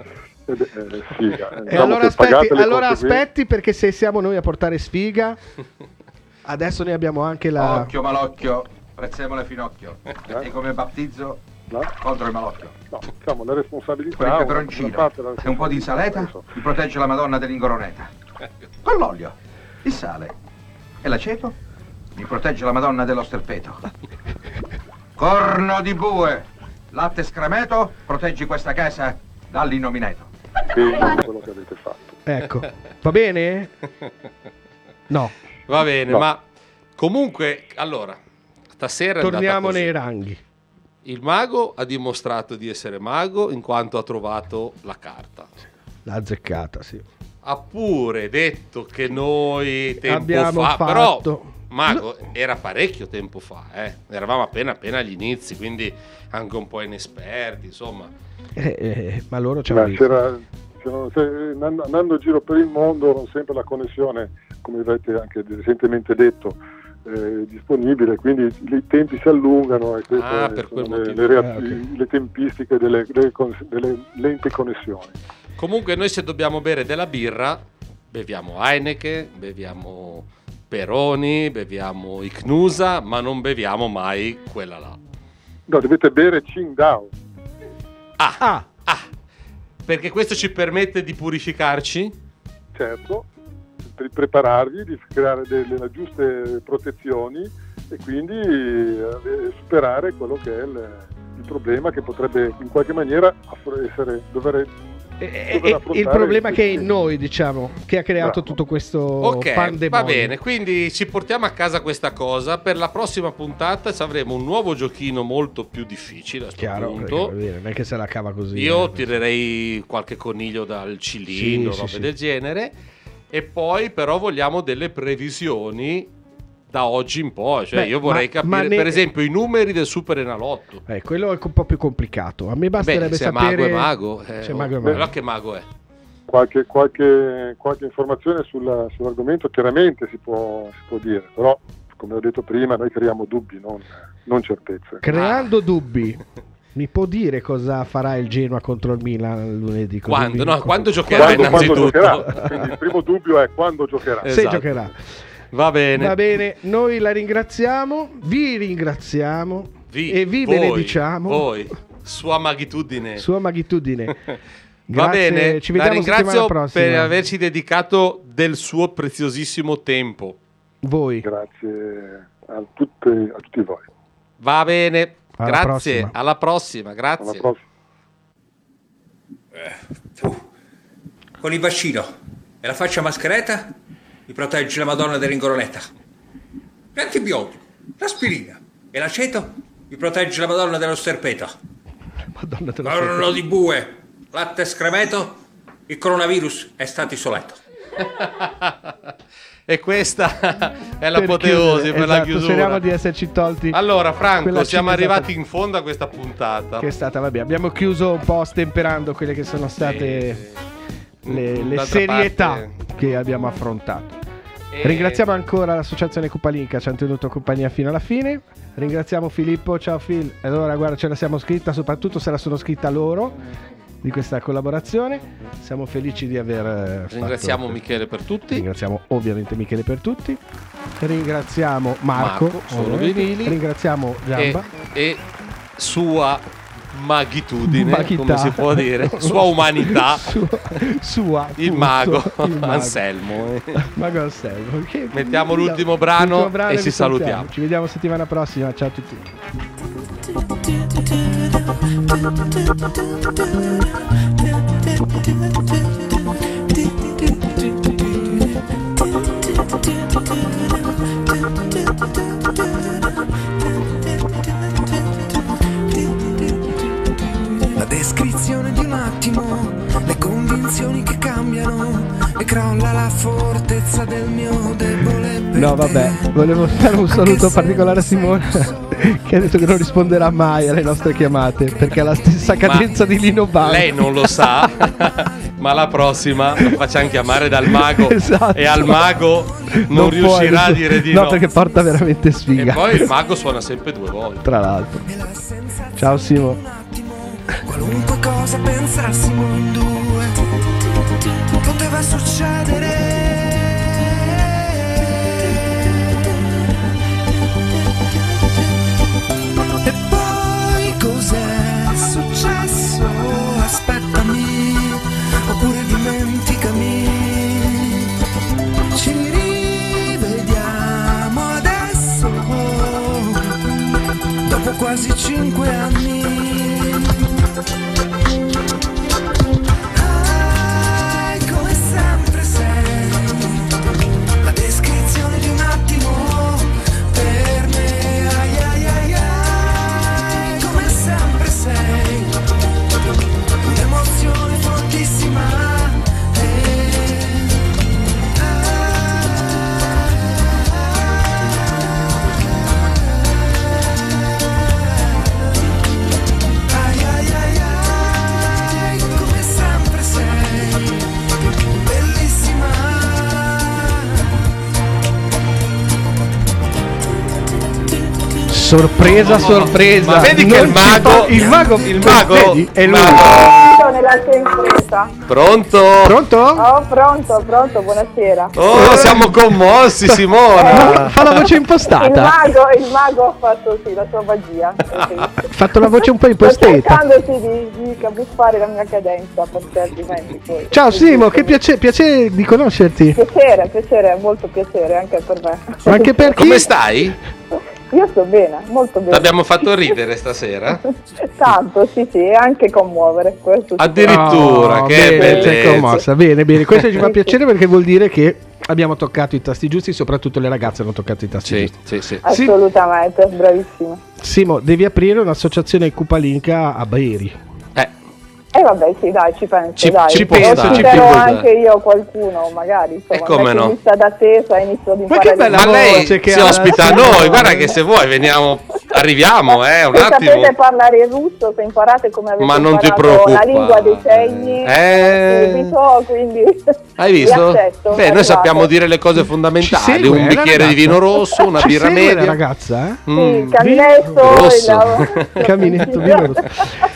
sfiga. E allora aspetti, perché se siamo noi a portare sfiga, adesso ne abbiamo anche la... Occhio malocchio, prezzemolo finocchio. E come battizzo contro il malocchio. No, diciamo, la responsabilità... Con il peperoncino e un po' di insalata mi protegge la Madonna dell'Ingoroneta. Con l'olio, il sale e l'aceto mi protegge la Madonna dello Sterpeto. Corno di bue, latte scremeto, proteggi questa casa dall'innomineto. Quello che avete fatto. Ecco, va bene? No. Va bene, No. ma comunque, allora, stasera è andata Torniamo così. nei ranghi. Il mago ha dimostrato di essere mago in quanto ha trovato la carta. L'ha azzeccata, sì. Ha pure detto che noi tempo Abbiamo fa, fatto- però mago era parecchio tempo fa, eravamo appena agli inizi, quindi anche un po' inesperti, insomma. Ma loro ci Ma hanno visto. andando in giro per il mondo non sempre la connessione, come avete anche recentemente detto, disponibile, quindi i tempi si allungano e queste per quel sono motivo. le tempistiche delle lenti connessioni. Comunque noi se dobbiamo bere della birra, beviamo Heineken, beviamo Peroni, beviamo Icnusa, ma non beviamo mai quella là. No, dovete bere Qingdao. Perché questo ci permette di purificarci? Certo, per prepararvi, di creare delle giuste protezioni e quindi superare quello che è il problema che potrebbe in qualche maniera dover Il problema che è in noi, diciamo, che ha creato tutto questo Ok, pandemonio. va bene, quindi ci portiamo a casa questa cosa. Per la prossima puntata ci avremo un nuovo giochino molto più difficile a questo Chiaro, punto. perché, non è che se la cava così. Io tirerei qualche coniglio dal cilindro, Sì, robe sì. del genere. E poi però vogliamo delle previsioni da oggi in poi. Cioè Beh, io vorrei capire, per esempio, i numeri del Super Enalotto. Quello è un po' più complicato. A me basterebbe Beh, se sapere... mago è mago. Se mago è mago. Allora che mago è? qualche informazione sull'argomento chiaramente si può dire, però come ho detto prima noi creiamo dubbi, non certezze. Creando dubbi, mi può dire cosa farà il Genoa contro il Milan lunedì? Quando giocherà innanzitutto. Quindi il primo dubbio è quando giocherà. Se Esatto. giocherà. Va bene. Va bene, noi la ringraziamo, vi ringraziamo e vi voi, benediciamo. Voi, sua magnitudine. Sua magnitudine. Va Grazie, bene, ci la vediamo ringrazio settimana prossima. per averci dedicato del suo preziosissimo tempo. Voi. Grazie a tutti voi. Va bene, Alla grazie, prossima. alla prossima, grazie. Alla prossima. Con il vaccino e la faccia mascheretta mi protegge la Madonna dell'Ingoroneta. L'antibiotico, l'aspirina e l'aceto mi protegge la Madonna dello Sterpeto. Madonna te lo Corno di bue, latte scremeto, il coronavirus è stato isolato. E questa è l'apoteosi per la chiusura. Speriamo di esserci tolti. Allora, Franco, quella siamo cinesata arrivati in fondo a questa puntata. che è stata, vabbè, abbiamo chiuso un po' stemperando quelle che sono state le D'altra serietà parte- che abbiamo affrontato. Ringraziamo ancora l'associazione Cupalinca, ci hanno tenuto compagnia fino alla fine. Ringraziamo Filippo, ciao Phil. Allora, guarda, ce la siamo scritta, soprattutto se la sono scritta loro di questa collaborazione. Siamo felici di aver Ringraziamo fatto... Michele per tutti. Ringraziamo ovviamente Michele per tutti. Ringraziamo Marco, Solo ovviamente. Vinili. Ringraziamo Giamba. E sua magnitudine, Maghità. come si può dire, sua umanità, sua, il appunto, mago, il mago. Anselmo. Mago Anselmo. Che- Mettiamo l'ultimo brano e vi ci salutiamo. Ci vediamo settimana prossima. Ciao a tutti. La descrizione di un attimo, le convinzioni che cambiano e crolla la fortezza del mio debole. No, vabbè, volevo fare un saluto particolare a Simone che ha detto che non risponderà mai alle nostre chiamate perché ha la stessa cadenza di Lino Banfi. Lei non lo sa, ma la prossima lo facciamo chiamare dal mago Esatto. e al mago non può riuscirà a dire di no. no. Perché porta veramente sfiga. E poi il mago suona sempre due volte. Tra l'altro. Ciao Simo. Qualunque cosa pensassimo in due poteva succedere. E poi cos'è successo? Aspettami, oppure dimenticami. Ci rivediamo adesso, dopo quasi 5 anni. Come sempre sei la descrizione di un attimo per me. Ai ai ai ai, come sempre sei un'emozione fortissima. Sorpresa, sorpresa. Ma vedi che Non il ci mago, fa- il mago vedi? è lui. Nella impresa. Pronto? Pronto? Oh, pronto, buonasera. Oh, siamo commossi, Simona. Fa la voce impostata. Il mago ha fatto sì, la sua magia. Ha fatto la voce un po' Sto impostata. cercando di camuffare la mia cadenza, perché altrimenti poi... Ciao Simo, che piacere di conoscerti. Piacere, molto piacere anche per me. Ma anche per chi? Come stai? Io sto bene, molto bene. L'abbiamo fatto ridere stasera? Tanto, sì, e anche commuovere. Questo Addirittura, Oh, che bene, sei bellezza. commossa. Bene, questo ci fa piacere perché vuol dire che abbiamo toccato i tasti giusti, soprattutto le ragazze hanno toccato i tasti giusti. Sì. Assolutamente, bravissimo. Simo, devi aprire un'associazione Cupalinca a Baeri. Vabbè, sì, dai, ci penso, Ci dai. penso, Ospiterò anche io qualcuno, magari, insomma, come no? in lista d'attesa inizio ad Ma che imparare. bella Ma lei voce che si ha, ospita a Simona. noi, guarda che se vuoi arriviamo, un Se attimo. sapete parlare il russo, se imparate come avete Ma non ti imparato preoccupare. la lingua dei segni, subito, quindi Hai vi visto? accetto, Beh, noi arrivate. sappiamo dire le cose fondamentali, Ci segue, un bicchiere ragazza. di vino rosso, una Ci birra segue media. la ragazza, eh? Sì, caminetto, rosso. Caminetto vino rosso.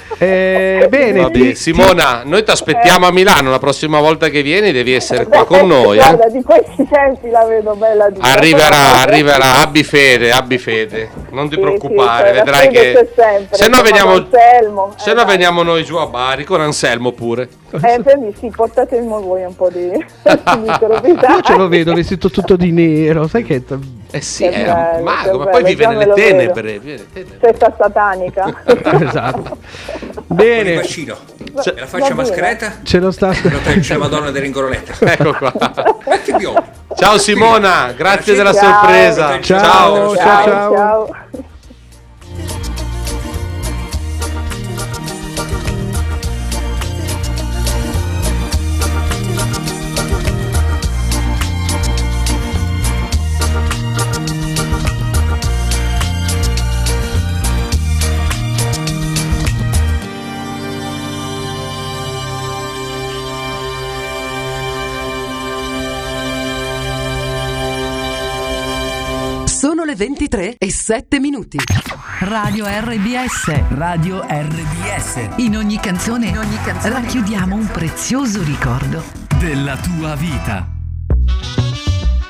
Bene, Vabbè, Simona, noi ti aspettiamo a Milano la prossima volta che vieni, devi essere qua Beh, con noi. Guarda, di questi tempi la vedo bella dura. Arriverà, abbi fede, non ti preoccupare, sì, la vedrai fede che c'è sempre, se no insomma, veniamo, Anselmo, se no veniamo noi giù a Bari con Anselmo pure. quindi sì, portatemi voi un po' di microvità. io ce lo vedo vestito tutto di nero, sai che... sì, Che è un bello, mago, che ma poi bello, vive già me nelle lo tenebre. Setta satanica. Esatto. Con il Bene, bacino e la faccia va bene. mascheretta ce lo sta. protegge la Madonna dell'Ingoronetta. Ecco qua. Metti biondo. Ciao Simona, grazie della Ciao. sorpresa. Ciao. Ciao. Sono le 23:07. Radio RBS. Radio RBS. In ogni canzone racchiudiamo un prezioso ricordo Della tua vita.